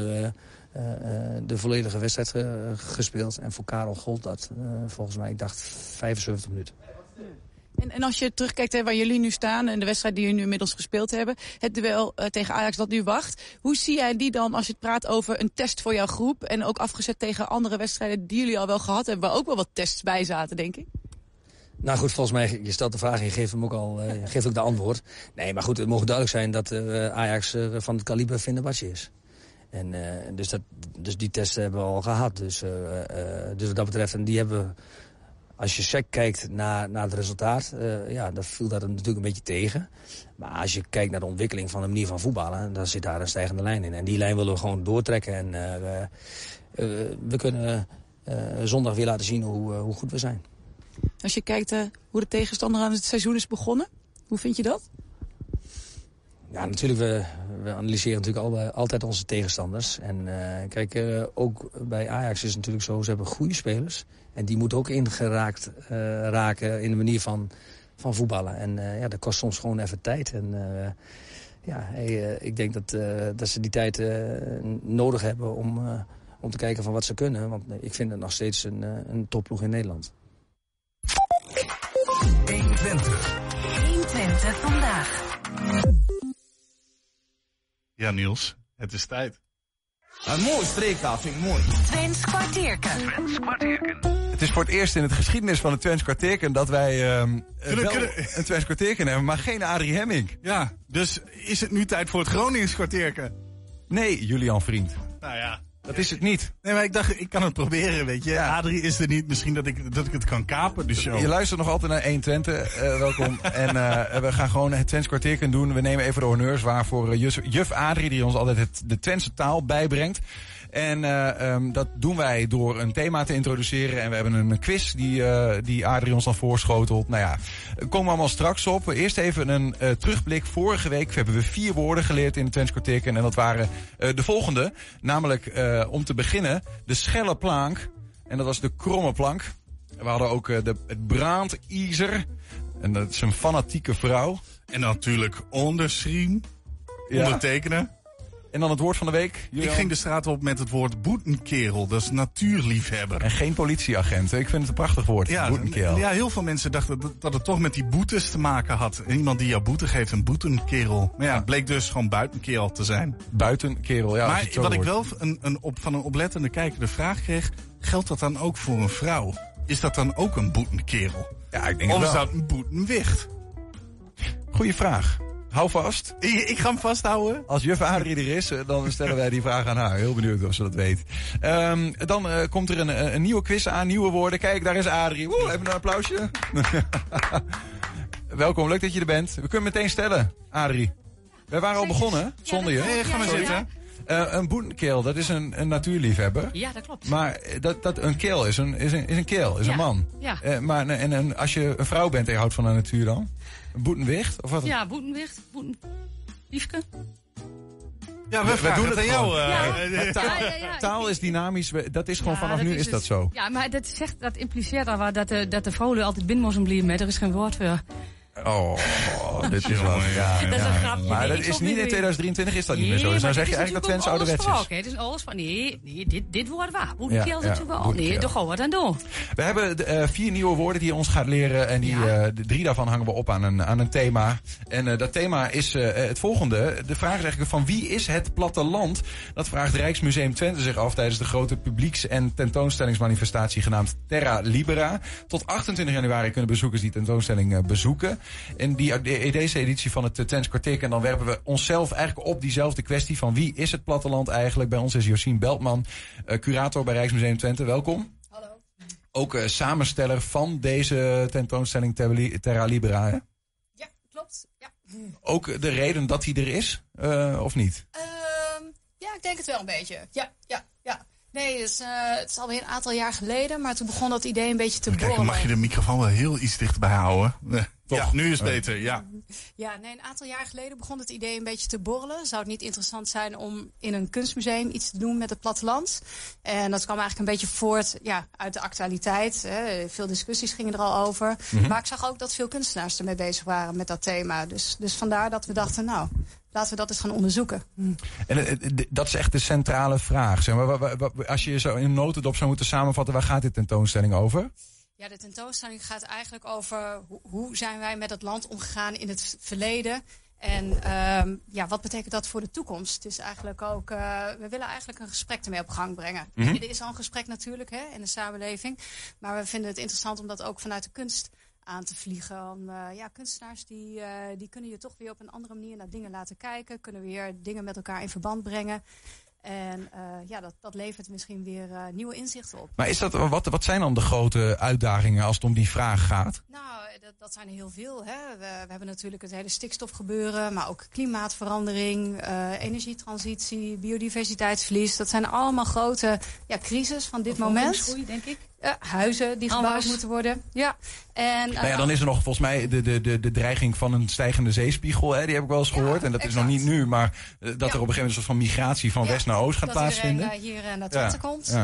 de volledige wedstrijd gespeeld. En voor Karel gold dat volgens mij, ik dacht 75 minuten. En als je terugkijkt waar jullie nu staan en de wedstrijd die jullie nu inmiddels gespeeld hebben, het duel tegen Ajax dat nu wacht. Hoe zie jij die dan als je het praat over een test voor jouw groep en ook afgezet tegen andere wedstrijden die jullie al wel gehad hebben, waar ook wel wat tests bij zaten, denk ik? Nou goed, volgens mij, je stelt de vraag en je geeft hem ook al, geeft ook de antwoord. Nee, maar goed, het mogen duidelijk zijn dat Ajax van het kaliber Fenerbahce is. En dus die testen hebben we al gehad. Dus wat dat betreft, en die hebben we, als je sec kijkt naar het resultaat, dan viel dat natuurlijk een beetje tegen. Maar als je kijkt naar de ontwikkeling van de manier van voetballen, dan zit daar een stijgende lijn in. En die lijn willen we gewoon doortrekken. En we kunnen zondag weer laten zien hoe goed we zijn. Als je kijkt hoe de tegenstander aan het seizoen is begonnen, hoe vind je dat? Ja, natuurlijk, we analyseren natuurlijk altijd onze tegenstanders. En kijk, ook bij Ajax is het natuurlijk zo, ze hebben goede spelers. En die moeten ook ingeraakt raken in de manier van voetballen. En dat kost soms gewoon even tijd. En ik denk dat ze die tijd nodig hebben om te kijken van wat ze kunnen. Want ik vind het nog steeds een topploeg in Nederland. 120 vandaag. Ja, Niels, het is tijd. Een mooi streektaal, vind ik mooi. Twents kwartierken. Het is voor het eerst in het geschiedenis van het Twents kwartierken dat wij een Twents kwartierken hebben, maar geen Adrie Hemmink. Ja, dus is het nu tijd voor het Gronings kwartierken? Nee, Julian Vriend. Nou ja. Dat is het niet. Nee, maar ik dacht, ik kan het proberen, weet je. Ja. Adrie is er niet, misschien dat ik het kan kapen, de show. Je luistert nog altijd naar 120, welkom. En we gaan gewoon het Twents kwartierken doen. We nemen even de honneurs waar voor juf Adrie, die ons altijd de Twentse taal bijbrengt. En dat doen wij door een thema te introduceren. En we hebben een quiz die Adrie ons dan voorschotelt. Nou ja, komen we allemaal straks op. Eerst even een terugblik. Vorige week hebben we 4 woorden geleerd in de Twents kwartierken. En dat waren de volgende. Namelijk, om te beginnen, de schelle plank. En dat was de kromme plank. We hadden ook het braandijzer. En dat is een fanatieke vrouw. En natuurlijk onderschriem. Ondertekenen. En dan het woord van de week, Julian? Ik ging de straat op met het woord boetenkerel. Dat is natuurliefhebber. En geen politieagent. Ik vind het een prachtig woord, boetenkerel. Ja, heel veel mensen dachten dat het toch met die boetes te maken had. Iemand die jou boete geeft, een boetenkerel. Maar ja, het bleek dus gewoon buitenkerel te zijn. Buitenkerel, ja. Maar wat ik wel van een oplettende kijker de vraag kreeg, geldt dat dan ook voor een vrouw? Is dat dan ook een boetenkerel? Ja, ik denk of het is wel. dat een boetenwicht? Goeie vraag. Hou vast. Ik ga hem vasthouden. Als juf Adrie er is, dan stellen wij die vraag aan haar. Heel benieuwd of ze dat weet. Dan komt er een nieuwe quiz aan, nieuwe woorden. Kijk, daar is Adrie. Woe, even een applausje. Welkom, leuk dat je er bent. We kunnen meteen stellen, Adrie. Wij waren al begonnen, zonder je. Nee, ga maar zitten. Een boetenkerel, dat is een natuurliefhebber. Ja, dat klopt. Maar een kerel is een kerel, is een man. Ja. Maar als je een vrouw bent en je houdt van de natuur dan? Een boetenwicht? Of wat? Ja, boetenwicht. Liefke. Ja, we doen het aan jou. Taal is dynamisch. Dat is gewoon vanaf nu is dat zo. Ja, maar dat impliceert al wat dat de vrouwen altijd binnen moesten blijven. Er is geen woord voor. Oh, dit is wel. Ja, dat is een grapje. Maar dat is niet in 2023 is dat niet meer zo. Dus dan zeg je eigenlijk dat Twents ouderwets is. Het is alles van, nee, dit wordt waar. Hoe de keel natuurlijk wel. Nee, toch gewoon wat aan doen. We hebben 4 nieuwe woorden die je ons gaat leren. En die 3 daarvan hangen we op aan een thema. En dat thema is het volgende. De vraag is eigenlijk van wie is het platteland? Dat vraagt Rijksmuseum Twente zich af tijdens de grote publieks- en tentoonstellingsmanifestatie genaamd Terra Libera. Tot 28 januari kunnen bezoekers die tentoonstelling bezoeken. In deze editie van het Twents kwartier. En dan werpen we onszelf eigenlijk op diezelfde kwestie van wie is het platteland eigenlijk. Bij ons is Josien Beltman, curator bij Rijksmuseum Twente. Welkom. Hallo. Ook samensteller van deze tentoonstelling Terra Libera. Hè? Ja, klopt. Ja. Ook de reden dat hij er is, of niet? Ja, ik denk het wel een beetje. Ja. Nee, het is alweer een aantal jaar geleden, maar toen begon dat idee een beetje te borrelen. Kijk, mag je de microfoon wel heel iets dichterbij houden? Ja, nu is het beter, ja. Ja, nee, een aantal jaar geleden begon het idee een beetje te borrelen. Zou het niet interessant zijn om in een kunstmuseum iets te doen met het platteland? En dat kwam eigenlijk een beetje voort uit de actualiteit. Hè. Veel discussies gingen er al over. Mm-hmm. Maar ik zag ook dat veel kunstenaars ermee bezig waren met dat thema. Dus vandaar dat we dachten, laten we dat eens gaan onderzoeken. En dat is echt de centrale vraag. Zeg maar, als je zo in een notendop zou moeten samenvatten, waar gaat dit tentoonstelling over? Ja, de tentoonstelling gaat eigenlijk over hoe zijn wij met het land omgegaan in het verleden. En wat betekent dat voor de toekomst? Het is eigenlijk ook, we willen eigenlijk een gesprek ermee op gang brengen. Mm-hmm. Er is al een gesprek natuurlijk in de samenleving. Maar we vinden het interessant om dat ook vanuit de kunst aan te vliegen. Kunstenaars die kunnen je toch weer op een andere manier naar dingen laten kijken. Kunnen weer dingen met elkaar in verband brengen. En dat levert misschien weer nieuwe inzichten op. Maar is dat, wat zijn dan de grote uitdagingen als het om die vraag gaat? Nou, dat zijn er heel veel. Hè. We hebben natuurlijk het hele stikstofgebeuren, maar ook klimaatverandering, energietransitie, biodiversiteitsverlies. Dat zijn allemaal grote crisis van dit moment. Groei, denk ik. Huizen die gebouwd moeten worden. Ja. En, dan is er nog volgens mij de dreiging van een stijgende zeespiegel. Hè? Die heb ik wel eens gehoord. En dat is nog niet nu, maar dat er op een gegeven moment een soort van migratie van west naar oost gaat plaatsvinden. Dat iedereen hier naar Twente komt. Ja.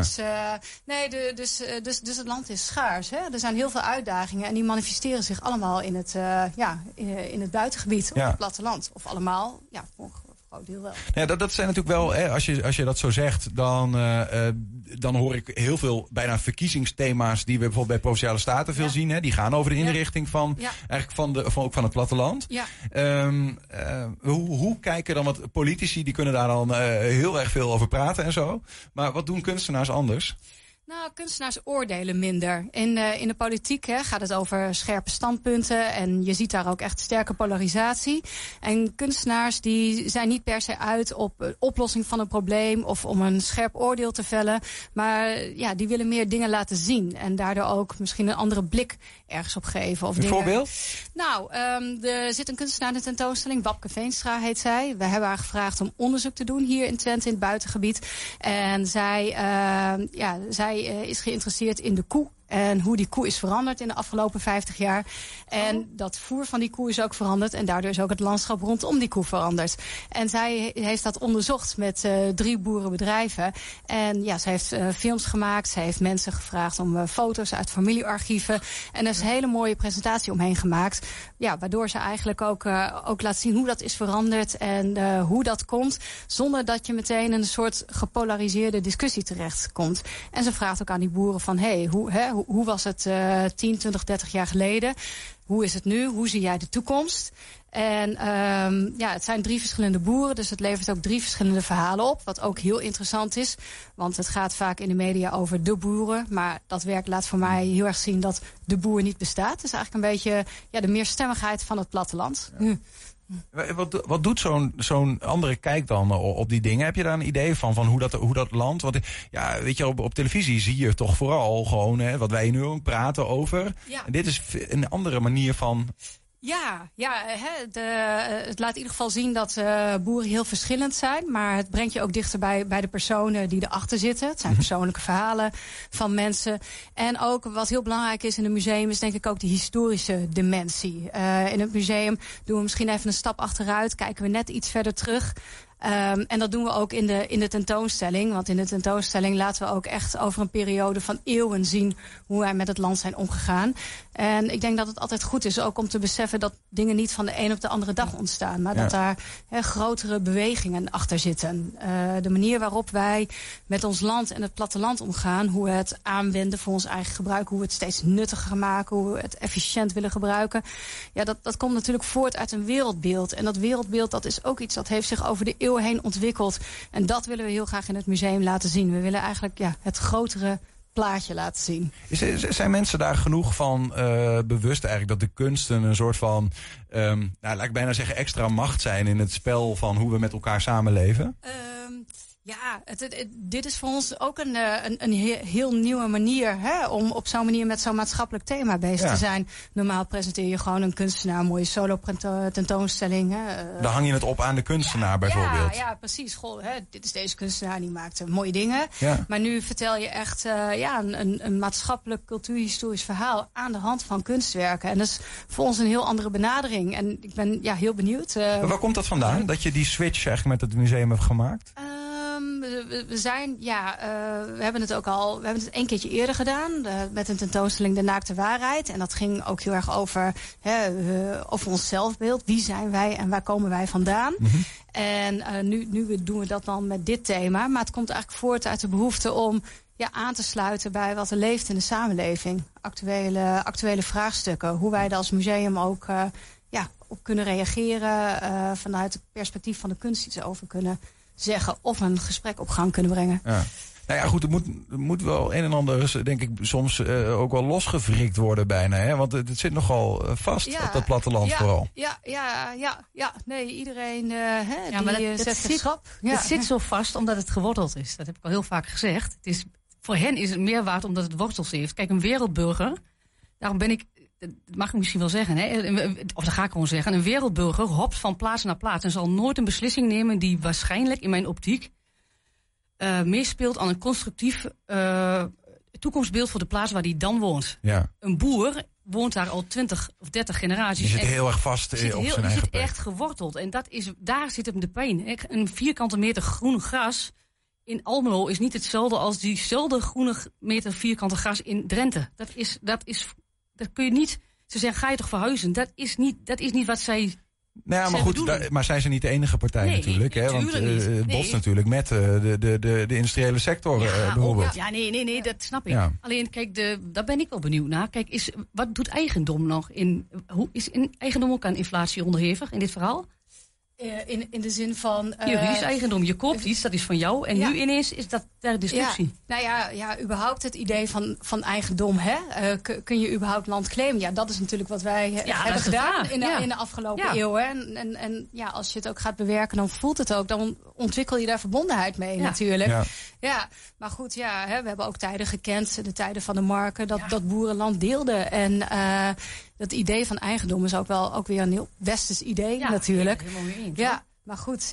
Dus het land is schaars. Hè? Er zijn heel veel uitdagingen en die manifesteren zich allemaal in het buitengebied op het platteland. Of allemaal, deel wel. Ja, dat zijn natuurlijk wel, als je dat zo zegt, dan hoor ik heel veel bijna verkiezingsthema's die we bijvoorbeeld bij Provinciale Staten veel zien. Hè? Die gaan over de inrichting van het platteland. Ja. Hoe kijken dan wat politici, die kunnen daar dan heel erg veel over praten en zo. Maar wat doen kunstenaars anders? Nou, kunstenaars oordelen minder. In de politiek gaat het over scherpe standpunten en je ziet daar ook echt sterke polarisatie. En kunstenaars die zijn niet per se uit op oplossing van een probleem of om een scherp oordeel te vellen. Maar die willen meer dingen laten zien en daardoor ook misschien een andere blik ergens op geven. Of een voorbeeld? Nou, er zit een kunstenaar in de tentoonstelling, Wapke Veenstra heet zij. We hebben haar gevraagd om onderzoek te doen hier in Twente in het buitengebied. En zij is geïnteresseerd in de koe. En hoe die koe is veranderd in de afgelopen 50 jaar. En dat voer van die koe is ook veranderd. En daardoor is ook het landschap rondom die koe veranderd. En zij heeft dat onderzocht met 3 boerenbedrijven. En ze heeft films gemaakt. Ze heeft mensen gevraagd om foto's uit familiearchieven. En er is een hele mooie presentatie omheen gemaakt. Ja, waardoor ze eigenlijk ook laat zien hoe dat is veranderd. En hoe dat komt. Zonder dat je meteen in een soort gepolariseerde discussie terecht komt. En ze vraagt ook aan die boeren van hoe was het 10, 20, 30 jaar geleden? Hoe is het nu? Hoe zie jij de toekomst? En het zijn 3 verschillende boeren, dus het levert ook 3 verschillende verhalen op. Wat ook heel interessant is, want het gaat vaak in de media over de boeren. Maar dat werk laat voor mij heel erg zien dat de boer niet bestaat. Het is eigenlijk een beetje de meerstemmigheid van het platteland. Ja. Wat doet zo'n andere kijk dan op die dingen? Heb je daar een idee van hoe dat land? Want weet je, op televisie zie je toch vooral gewoon wat wij nu ook praten over. Ja. En dit is een andere manier van. Het laat in ieder geval zien dat boeren heel verschillend zijn. Maar het brengt je ook dichter bij de personen die erachter zitten. Het zijn persoonlijke verhalen van mensen. En ook wat heel belangrijk is in een museum is denk ik ook de historische dimensie. In het museum doen we misschien even een stap achteruit. Kijken we net iets verder terug. En dat doen we ook in de tentoonstelling. Want in de tentoonstelling laten we ook echt over een periode van eeuwen zien hoe wij met het land zijn omgegaan. En ik denk dat het altijd goed is ook om te beseffen dat dingen niet van de een op de andere dag ontstaan. Maar dat daar grotere bewegingen achter zitten. De manier waarop wij met ons land en het platteland omgaan, hoe we het aanwenden voor ons eigen gebruik, hoe we het steeds nuttiger maken, hoe we het efficiënt willen gebruiken. Ja, dat komt natuurlijk voort uit een wereldbeeld. En dat wereldbeeld, dat is ook iets dat heeft zich over de eeuwen heen ontwikkeld. En dat willen we heel graag in het museum laten zien. We willen eigenlijk het grotere plaatje laten zien. Zijn mensen daar genoeg van bewust eigenlijk dat de kunsten een soort van, laat ik bijna zeggen, extra macht zijn in het spel van hoe we met elkaar samenleven? Ja, dit is voor ons ook een heel nieuwe manier om op zo'n manier met zo'n maatschappelijk thema bezig te zijn. Normaal presenteer je gewoon een kunstenaar, een mooie solo-tentoonstelling. Dan hang je het op aan de kunstenaar bijvoorbeeld. Ja, precies. Goh, dit is deze kunstenaar, die maakt mooie dingen. Ja. Maar nu vertel je echt een maatschappelijk, cultuurhistorisch verhaal aan de hand van kunstwerken. En dat is voor ons een heel andere benadering. En ik ben heel benieuwd. Waar komt dat vandaan, dat je die switch eigenlijk met het museum hebt gemaakt? We hebben het ook al, we hebben het 1 keertje eerder gedaan met een tentoonstelling De Naakte Waarheid. En dat ging ook heel erg over ons zelfbeeld. Wie zijn wij en waar komen wij vandaan? Mm-hmm. En nu doen we dat dan met dit thema. Maar het komt eigenlijk voort uit de behoefte om aan te sluiten bij wat er leeft in de samenleving. Actuele vraagstukken. Hoe wij er als museum ook op kunnen reageren. Vanuit het perspectief van de kunst iets over kunnen zeggen of een gesprek op gang kunnen brengen. Ja. Nou ja, goed, er moet wel een en ander, denk ik, soms ook wel losgewrikt worden bijna. Hè? Want het zit nogal vast op dat platteland vooral. Ja. Nee, iedereen maar het zit zo vast omdat het geworteld is. Dat heb ik al heel vaak gezegd. Voor hen is het meer waard omdat het wortels heeft. Kijk, een wereldburger, daarom ben ik, dat mag ik misschien wel zeggen, of dat ga ik gewoon zeggen, een wereldburger hopt van plaats naar plaats en zal nooit een beslissing nemen die waarschijnlijk, in mijn optiek, meespeelt aan een constructief toekomstbeeld voor de plaats waar die dan woont. Ja. Een boer woont daar al 20 of 30 generaties. Die zit heel erg vast op zijn eigen plek. Die zit echt geworteld. En daar zit hem de pijn. Een vierkante meter groen gras in Almelo is niet hetzelfde als diezelfde groene meter vierkante gras in Drenthe. Dat kun je niet. Ze zeggen, ga je toch verhuizen? Dat is niet wat zij. Nou ja, maar goed, maar zijn ze niet de enige partij natuurlijk? Hè? Want het botst natuurlijk met de industriële sector bijvoorbeeld. Ja, nee, dat snap ik. Ja. Alleen, kijk, daar ben ik wel benieuwd naar. Kijk, wat doet eigendom nog? Hoe is eigendom ook aan inflatie onderhevig in dit verhaal? In de zin van juridisch eigendom. Je koopt iets, dat is van jou. En nu ineens is dat ter discussie. Überhaupt het idee van eigendom. Kun je überhaupt land claimen? Ja, dat is natuurlijk wat wij hebben gedaan in de afgelopen eeuwen. En als je het ook gaat bewerken, dan voelt het ook. Dan ontwikkel je daar verbondenheid mee natuurlijk. Ja, maar goed, we hebben ook tijden gekend. De tijden van de marken, dat boerenland deelden. En dat idee van eigendom is ook weer een heel westers idee natuurlijk. Ja, maar goed,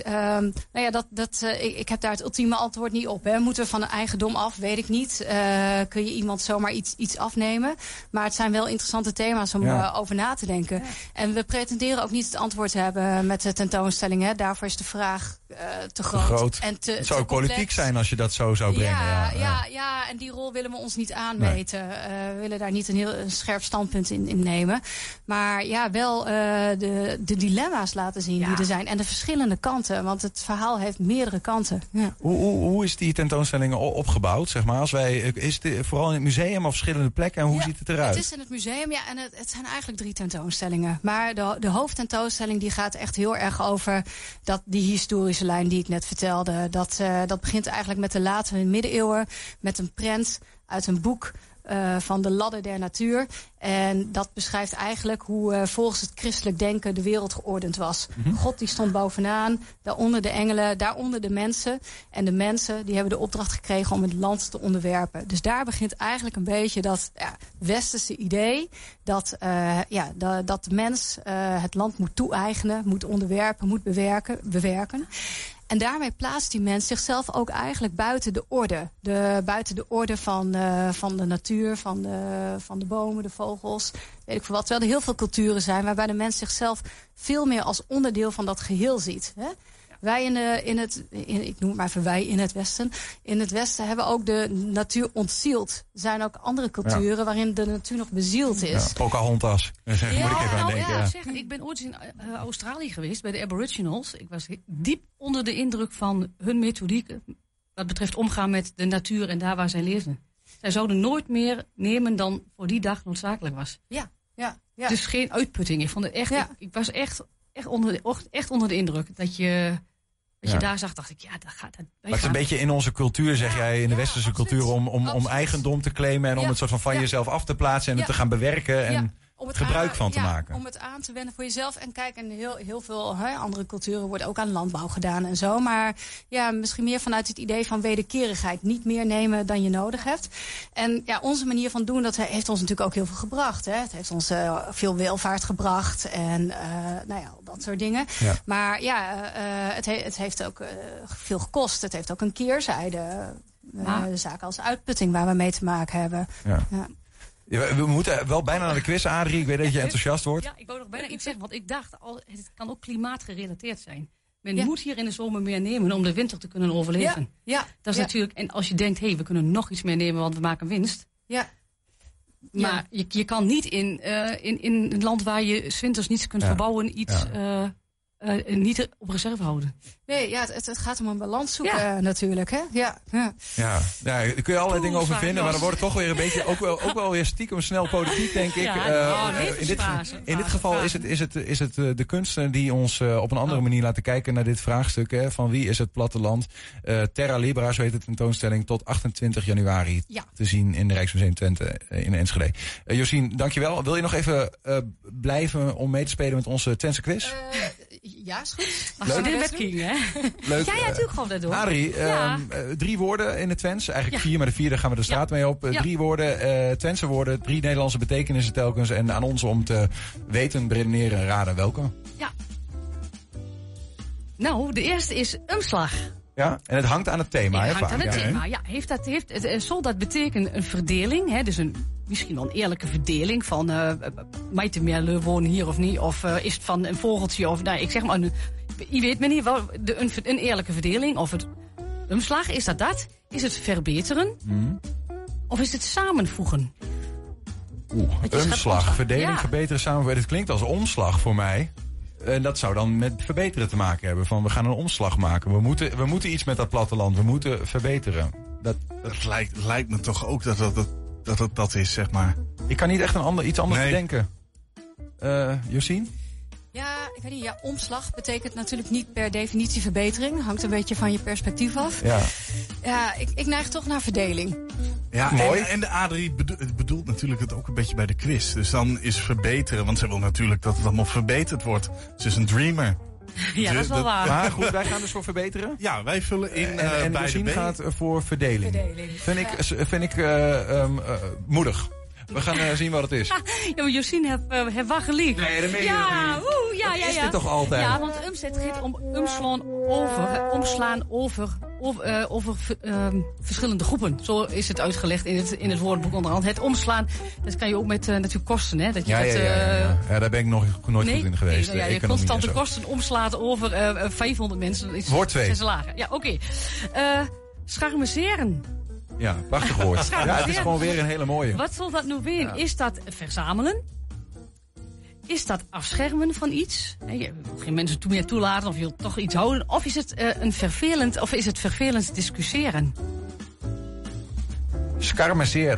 ik heb daar het ultieme antwoord niet op. Moeten we van een eigendom af? Weet ik niet. Kun je iemand zomaar iets afnemen? Maar het zijn wel interessante thema's om over na te denken. Ja. En we pretenderen ook niet het antwoord te hebben met de tentoonstelling. Daarvoor is de vraag te groot. En het zou politiek zijn als je dat zo zou brengen. Ja, en die rol willen we ons niet aanmeten. We willen daar niet een heel scherp standpunt in nemen. Maar wel de dilemma's laten zien die er zijn. En de verschillende kanten, want het verhaal heeft meerdere kanten. Ja. Hoe is die tentoonstelling opgebouwd? Zeg maar? Is het vooral in het museum of verschillende plekken? En hoe ziet het eruit? Het is in het museum, en het zijn eigenlijk 3 tentoonstellingen. Maar de hoofdtentoonstelling die gaat echt heel erg over die historische lijn die ik net vertelde. Dat begint eigenlijk met de late middeleeuwen, met een prent uit een boek van de Ladder der Natuur. En dat beschrijft eigenlijk hoe volgens het christelijk denken de wereld geordend was. Mm-hmm. God die stond bovenaan, daaronder de engelen, daaronder de mensen. En de mensen die hebben de opdracht gekregen om het land te onderwerpen. Dus daar begint eigenlijk een beetje dat westerse idee dat de mens het land moet toe-eigenen, moet onderwerpen, moet bewerken. En daarmee plaatst die mens zichzelf ook eigenlijk buiten de orde. Buiten de orde van de natuur, van de bomen, de vogels. Weet ik veel wat. Terwijl er heel veel culturen zijn waarbij de mens zichzelf veel meer als onderdeel van dat geheel ziet. Hè? wij ik noem het maar even wij in het Westen. In het Westen hebben ook de natuur ontzield. Er zijn ook andere culturen waarin de natuur nog bezield is. Ja, Pocahontas. Moet ik even aan denken. Zeg, ik ben ooit in Australië geweest bij de Aboriginals. Ik was diep onder de indruk van hun methodiek wat betreft omgaan met de natuur en daar waar zij leefden. Zij zouden nooit meer nemen dan voor die dag noodzakelijk was. Ja. Dus geen uitputting. Ik vond het echt. Ik was echt onder de indruk dat je daar zag. Dacht ik, ja, dat gaat. Maar het is een beetje in onze cultuur, zeg jij, in de westerse cultuur, om eigendom te claimen en om het soort van jezelf af te plaatsen en het te gaan bewerken en gebruik van te maken. Om het aan te wenden voor jezelf. En kijk, in heel veel andere culturen wordt ook aan landbouw gedaan en zo. Maar ja, misschien meer vanuit het idee van wederkerigheid. Niet meer nemen dan je nodig hebt. En ja, onze manier van doen, dat heeft ons natuurlijk ook heel veel gebracht. Hè. Het heeft ons veel welvaart gebracht en dat soort dingen. Ja. Maar ja, het heeft ook veel gekost. Het heeft ook een keerzijde. Zaken als uitputting waar we mee te maken hebben. Ja. Ja, we moeten wel bijna naar de quiz, Adrie. Ik weet dat je enthousiast wordt. Ja, ik wou nog bijna iets zeggen. Want ik dacht, het kan ook klimaatgerelateerd zijn. Men moet hier in de zomer meer nemen om de winter te kunnen overleven. Ja. Dat is natuurlijk. En als je denkt, we kunnen nog iets meer nemen, want we maken winst. Ja. Maar je kan niet in een land waar je 's winters niets kunt verbouwen, iets niet op reserve houden. Nee, het gaat om een balans zoeken natuurlijk. Hè? Ja, daar kun je allerlei dingen over vinden. Maar dan wordt het toch weer een beetje, ook wel weer stiekem snel politiek, denk ik. In dit geval is het de kunstenaar die ons op een andere manier laten kijken naar dit vraagstuk. Hè, van wie is het platteland? Terra Libra, zo heet de tentoonstelling, tot 28 januari te zien in de Rijksmuseum Twente in Enschede. Josien, dankjewel. Wil je nog even blijven om mee te spelen met onze Twentse quiz? Ja, is goed. Als je dit met King, hè? Leuk. Ja, natuurlijk gewoon dat door. Adrie, 3 woorden in het Twents. Eigenlijk 4, maar de 4e gaan we de straat mee op. 3 woorden, Twentse woorden, 3 Nederlandse betekenissen telkens. En aan ons om te weten, beredeneren en raden welke. Ja. Nou, de eerste is omslag. Ja, en het hangt aan het thema. Het hangt aan het thema, ja. Dat betekent een verdeling, hè, dus misschien wel een eerlijke verdeling van mij te meer wonen hier of niet, of is het van een vogeltje, of ik zeg maar, je weet me niet, wel, een eerlijke verdeling, of het omslag, is dat? Is het verbeteren? Of is het samenvoegen? Omslag, verdeling, verbeteren, samenvoegen. Het klinkt als omslag voor mij. En dat zou dan met verbeteren te maken hebben. Van we gaan een omslag maken. We moeten iets met dat platteland. We moeten verbeteren. Dat lijkt me toch ook dat is, zeg maar. Ik kan niet echt iets anders bedenken. Josien? Ja, ik weet niet. Ja, omslag betekent natuurlijk niet per definitie verbetering. Hangt een beetje van je perspectief af. Ja, ik neig toch naar verdeling. Ja, mooi. En de Adrie bedoelt natuurlijk het ook een beetje bij de quiz. Dus dan is verbeteren, want ze wil natuurlijk dat het allemaal verbeterd wordt. Ze is een dreamer. Ja, dat is wel waar. Maar goed, wij gaan dus voor verbeteren. Ja, wij vullen in en Josien gaat voor verdeling. Vind ik moedig. We gaan zien wat het is. Ja, maar Josien heeft wel geliefd. Nee, dat meen je niet. Dat is dit toch altijd? Ja, want het gaat om omslaan over verschillende groepen. Zo is het uitgelegd in het woordenboek onderhand. Het omslaan, dat kan je ook met natuurlijk kosten. Hè? Dat je ja, daar ben ik nooit goed in geweest. Je constante kosten omslaat over 500 mensen. Woord 2. Ja, oké. Scharmezeren. Ja, prachtig woord. Ja, het is gewoon weer een hele mooie. Wat zal dat nu weer? Ja. Is dat verzamelen? Is dat afschermen van iets? Je wil geen mensen meer toelaten of je wilt toch iets houden? Of is het vervelend discussiëren? Scharmezeren.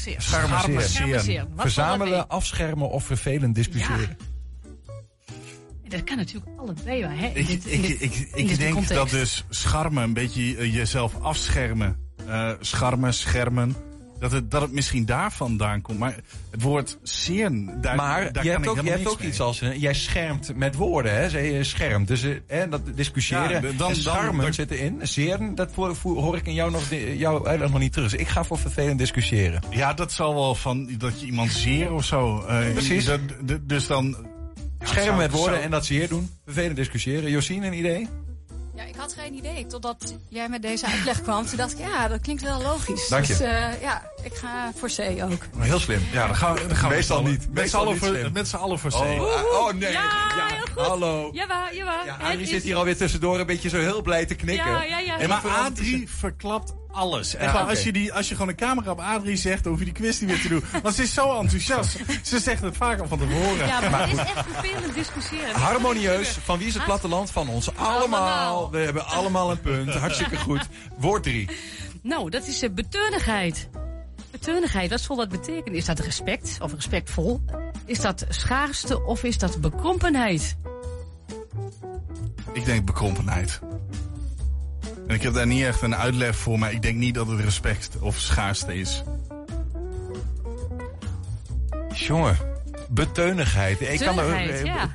Verzamelen, afschermen of vervelend discussiëren. Ja. Dat kan natuurlijk allebei wel. Hè? Ik denk context. Dat dus scharmen, een beetje jezelf afschermen. Schermen. Dat het misschien daar vandaan komt. Maar het woord zeer... Maar je hebt ook iets als... Jij schermt met woorden, hè? Je schermt. Dus dat discussiëren en scharmen zit erin. Zeren, dat hoor ik in jou nog niet terug. Dus ik ga voor vervelend discussiëren. Ja, dat zal wel van... Dat je iemand zeer of zo... Precies. Dus dan... Schermen met woorden en dat zeer doen. Vervelend discussiëren. Josien, een idee? Ja, ik had geen idee. Totdat jij met deze uitleg kwam. Toen dacht ik, ja, dat klinkt wel logisch. Dank je. Dus ik ga voor C ook. Heel slim. Ja, dan gaan we Meestal niet. Met z'n allen voor C. Oh nee. Ja, heel goed. Hallo. Jawel. Ja, Adrie zit hier alweer tussendoor een beetje zo heel blij te knikken. Ja. Hey, maar Adrie verklapt alles. Echt waar, oké. als je gewoon een camera op Adrie zegt, dan hoef je die quiz niet meer te doen. Want ze is zo enthousiast. Ze zegt het vaak al van tevoren. Ja, maar het is echt vervelend discussiëren. Harmonieus. Van wie is het platteland? Van ons allemaal. We hebben allemaal een punt. Hartstikke goed. Woord 3. Nou, dat is beteunigheid. Beteunigheid, wat zal dat betekenen? Is dat respect of respectvol? Is dat schaarste of is dat bekrompenheid? Ik denk bekrompenheid. En ik heb daar niet echt een uitleg voor, maar ik denk niet dat het respect of schaarste is. Jongen, beteunigheid. Ik kan ja.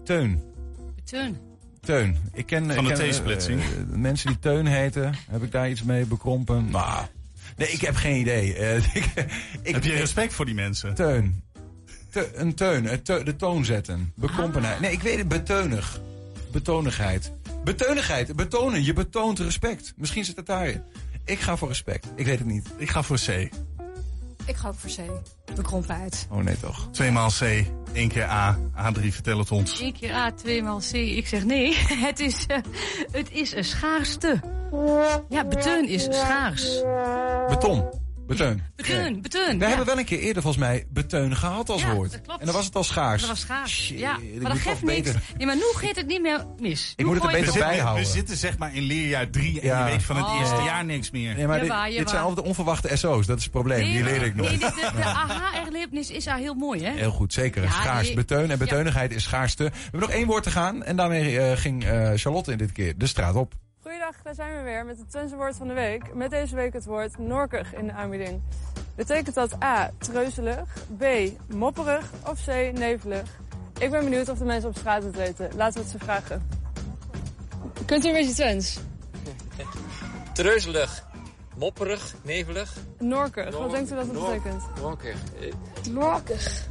Teun. Ik ken van de T-splitsing. Mensen die Teun heten. Heb ik daar iets mee bekrompen? Nou, nee, ik heb geen idee. Heb je respect voor die mensen? Teun. De toon zetten. Bekrompenheid. Nee, ik weet het. Beteunigheid. Betonen. Je betoont respect. Misschien zit het daarin. Ik ga voor respect. Ik weet het niet. Ik ga voor C. Ik ga ook voor C. Bekrompenheid. Oh nee toch. 2 maal C, 1 keer A. Adrie, vertel het ons. 1 keer A, 2 maal C. Ik zeg nee. Het is een schaarste. Ja, beteun is schaars. Beteun. Beteun. We hebben wel een keer eerder volgens mij beteun gehad als woord. Dat klopt. En dan was het al schaars. Dat was schaars. Shit, ja, ik maar dat geeft niks. Nee, maar nu gaat het niet meer mis. Ik moet het er beter bijhouden. We zitten zeg maar in leerjaar 3 en je weet van het eerste jaar niks meer. Nee, maar dit zijn altijd onverwachte SO's. Dat is het probleem. Die leer ik nog. Nee, de aha-erlevenis is heel mooi, hè? Heel goed, zeker. Ja, Schaars. Beteun en beteunigheid is schaarste. We hebben nog 1 woord te gaan. En daarmee ging Charlotte in dit keer de straat op. Goeiedag, daar zijn we weer met het Twentse woord van de week. Met deze week het woord norkig in de aanbieding. Betekent dat A, treuzelig, B, mopperig of C, nevelig? Ik ben benieuwd of de mensen op straat het weten. Laten we het ze vragen. Kunt u een beetje Twents? Treuzelig, mopperig, nevelig. Norkig, wat denkt u dat het betekent? Norkig. Norkig.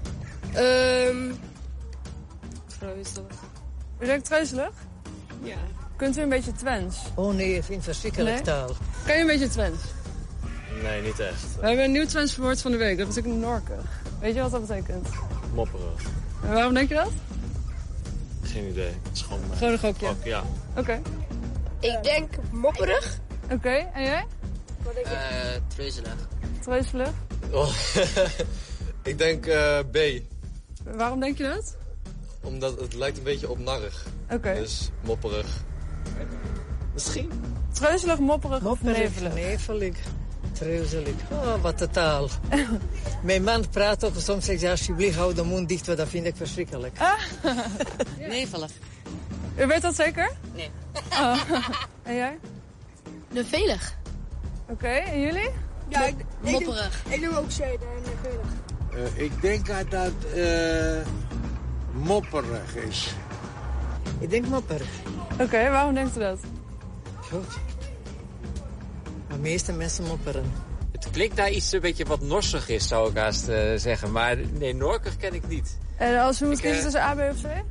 Treuzelig. U denkt treuzelig? Ja. Kunt u een beetje Twents? Oh nee, ik vind het verschrikkelijk taal. Kan je een beetje Twents? Nee, niet echt. We hebben een nieuw Twents woord van de week. Dat betekent norkig. Weet je wat dat betekent? Mopperig. En waarom denk je dat? Geen idee. Het is gewoon een gokje? Gok, ja. Oké. Ik denk mopperig. Oké, en jij? Wat denk je? Treuzelig. Treuzelig? Oh, ik denk B. Waarom denk je dat? Omdat het lijkt een beetje op narrig. Oké. Dus mopperig. Misschien. Treuzelig, mopperig of nevelig? Nevelig. Treuzelig. Oh, wat de taal. Mijn man praat ook soms, zegt hij, alsjeblieft, hou de mond dicht, want dat vind ik verschrikkelijk. Nevelig. U weet dat zeker? Nee. Oh. En jij? Nevelig. Oké, en jullie? Ja, mopperig. Ik doe ook C, nevelig. Ik denk dat het mopperig is. Ik denk mopperig. Oké, waarom denkt u dat? Goed. De meeste mensen mopperen. Het klinkt daar iets een beetje wat norsig is, zou ik haast zeggen. Maar nee, norkig ken ik niet. En als u moet kiezen tussen A, B of C?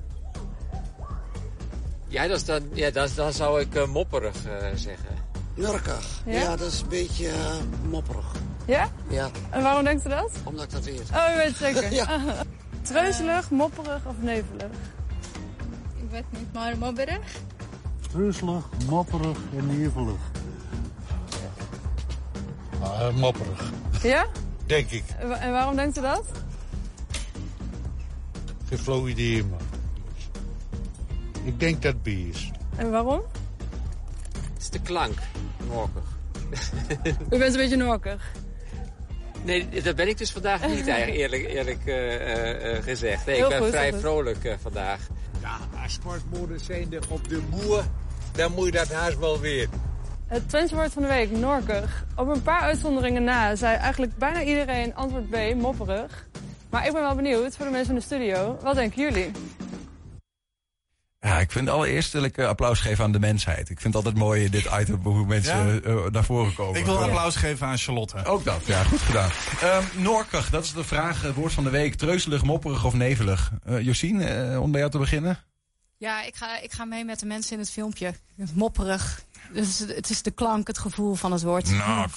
Ja, dan zou ik mopperig zeggen. Norkig. Ja, dat is een beetje mopperig. Ja? Ja. En waarom denkt u dat? Omdat ik dat weet. Oh, u weet het zeker? Ja. Treuzelig, mopperig of nevelig? Ik weet niet, maar mopperig? Treuzelig, mopperig en nevelig. Mopperig. Ja? Denk ik. En waarom denkt u dat? Geen flauw idee, man. Ik denk dat B is. En waarom? Het is de klank. Norkig. U bent een beetje norkig. Nee, dat ben ik dus vandaag niet, eerlijk gezegd. Nee, ik ben vrij vrolijk vandaag. Ja, als sportmoeders zijn op de boer, dan moet je dat haast wel weer. Het Twentse woord van de week, norkig. Op een paar uitzonderingen na zei eigenlijk bijna iedereen antwoord B, mopperig. Maar ik ben wel benieuwd, voor de mensen in de studio, wat denken jullie? Ja, ik vind allereerst wil ik applaus geven aan de mensheid. Ik vind het altijd mooi dit item hoe mensen naar voren komen. Ik wil applaus geven aan Charlotte. Ook dat, ja, goed gedaan. Norkig, dat is de vraag, het woord van de week. Treuzelig, mopperig of nevelig? Josien, om bij jou te beginnen. Ja, ik ga mee met de mensen in het filmpje. Mopperig. Dus het is de klank, het gevoel van het woord.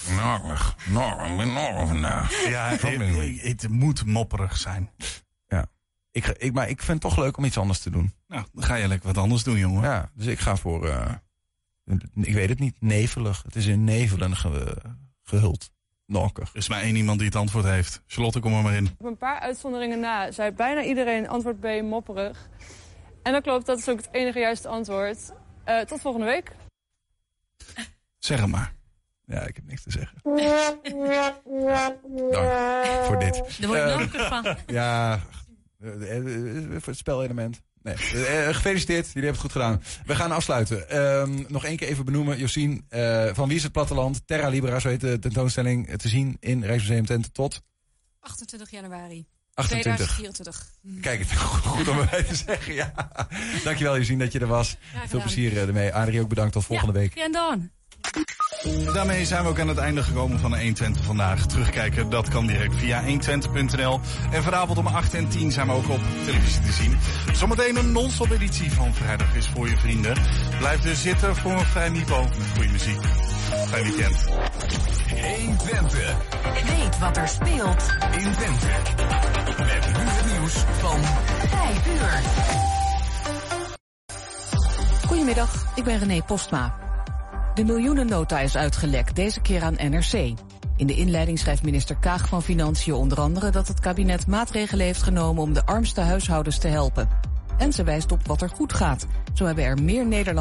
vandaag. Ja, het moet mopperig zijn. Ja. Maar ik vind het toch leuk om iets anders te doen. Nou, dan ga je lekker wat anders doen, jongen. Ja, dus ik ga voor... ik weet het niet, nevelig. Het is in nevelen gehuld. Nokker. Er is maar één iemand die het antwoord heeft. Charlotte, kom er maar in. Op een paar uitzonderingen na zei bijna iedereen antwoord B, mopperig. En dat klopt, dat is ook het enige juiste antwoord. Tot volgende week. Zeg het maar. Ja, ik heb niks te zeggen. Dank voor dit. Daar word je nodig van. Ja, voor het spelelement. Nee. Gefeliciteerd, jullie hebben het goed gedaan. We gaan afsluiten. Nog één keer even benoemen, Josien. Van Wie is het Platteland? Terra Libera, zo heet de tentoonstelling, te zien in Rijksmuseum Twente tot... 28 januari. 28. 2024. Kijk, het goed om erbij te zeggen. Ja. Dankjewel, Josien, dat je er was. Veel plezier ermee. Adrie, ook bedankt. Tot volgende week. En dan. Daarmee zijn we ook aan het einde gekomen van de 120 vandaag. Terugkijken, dat kan direct via 120.nl. En vanavond om 8 en 10 zijn we ook op televisie te zien. Zometeen een non-stop editie van Vrijdag is voor je vrienden. Blijf dus zitten voor een fijn niveau met goede muziek. Fijn weekend. 120. Weet wat er speelt in Twente. Met nu het nieuws van 5 uur. Goedemiddag, ik ben René Postma. De miljoenennota is uitgelekt, deze keer aan NRC. In de inleiding schrijft minister Kaag van Financiën onder andere dat het kabinet maatregelen heeft genomen om de armste huishoudens te helpen. En ze wijst op wat er goed gaat. Zo hebben er meer Nederlanders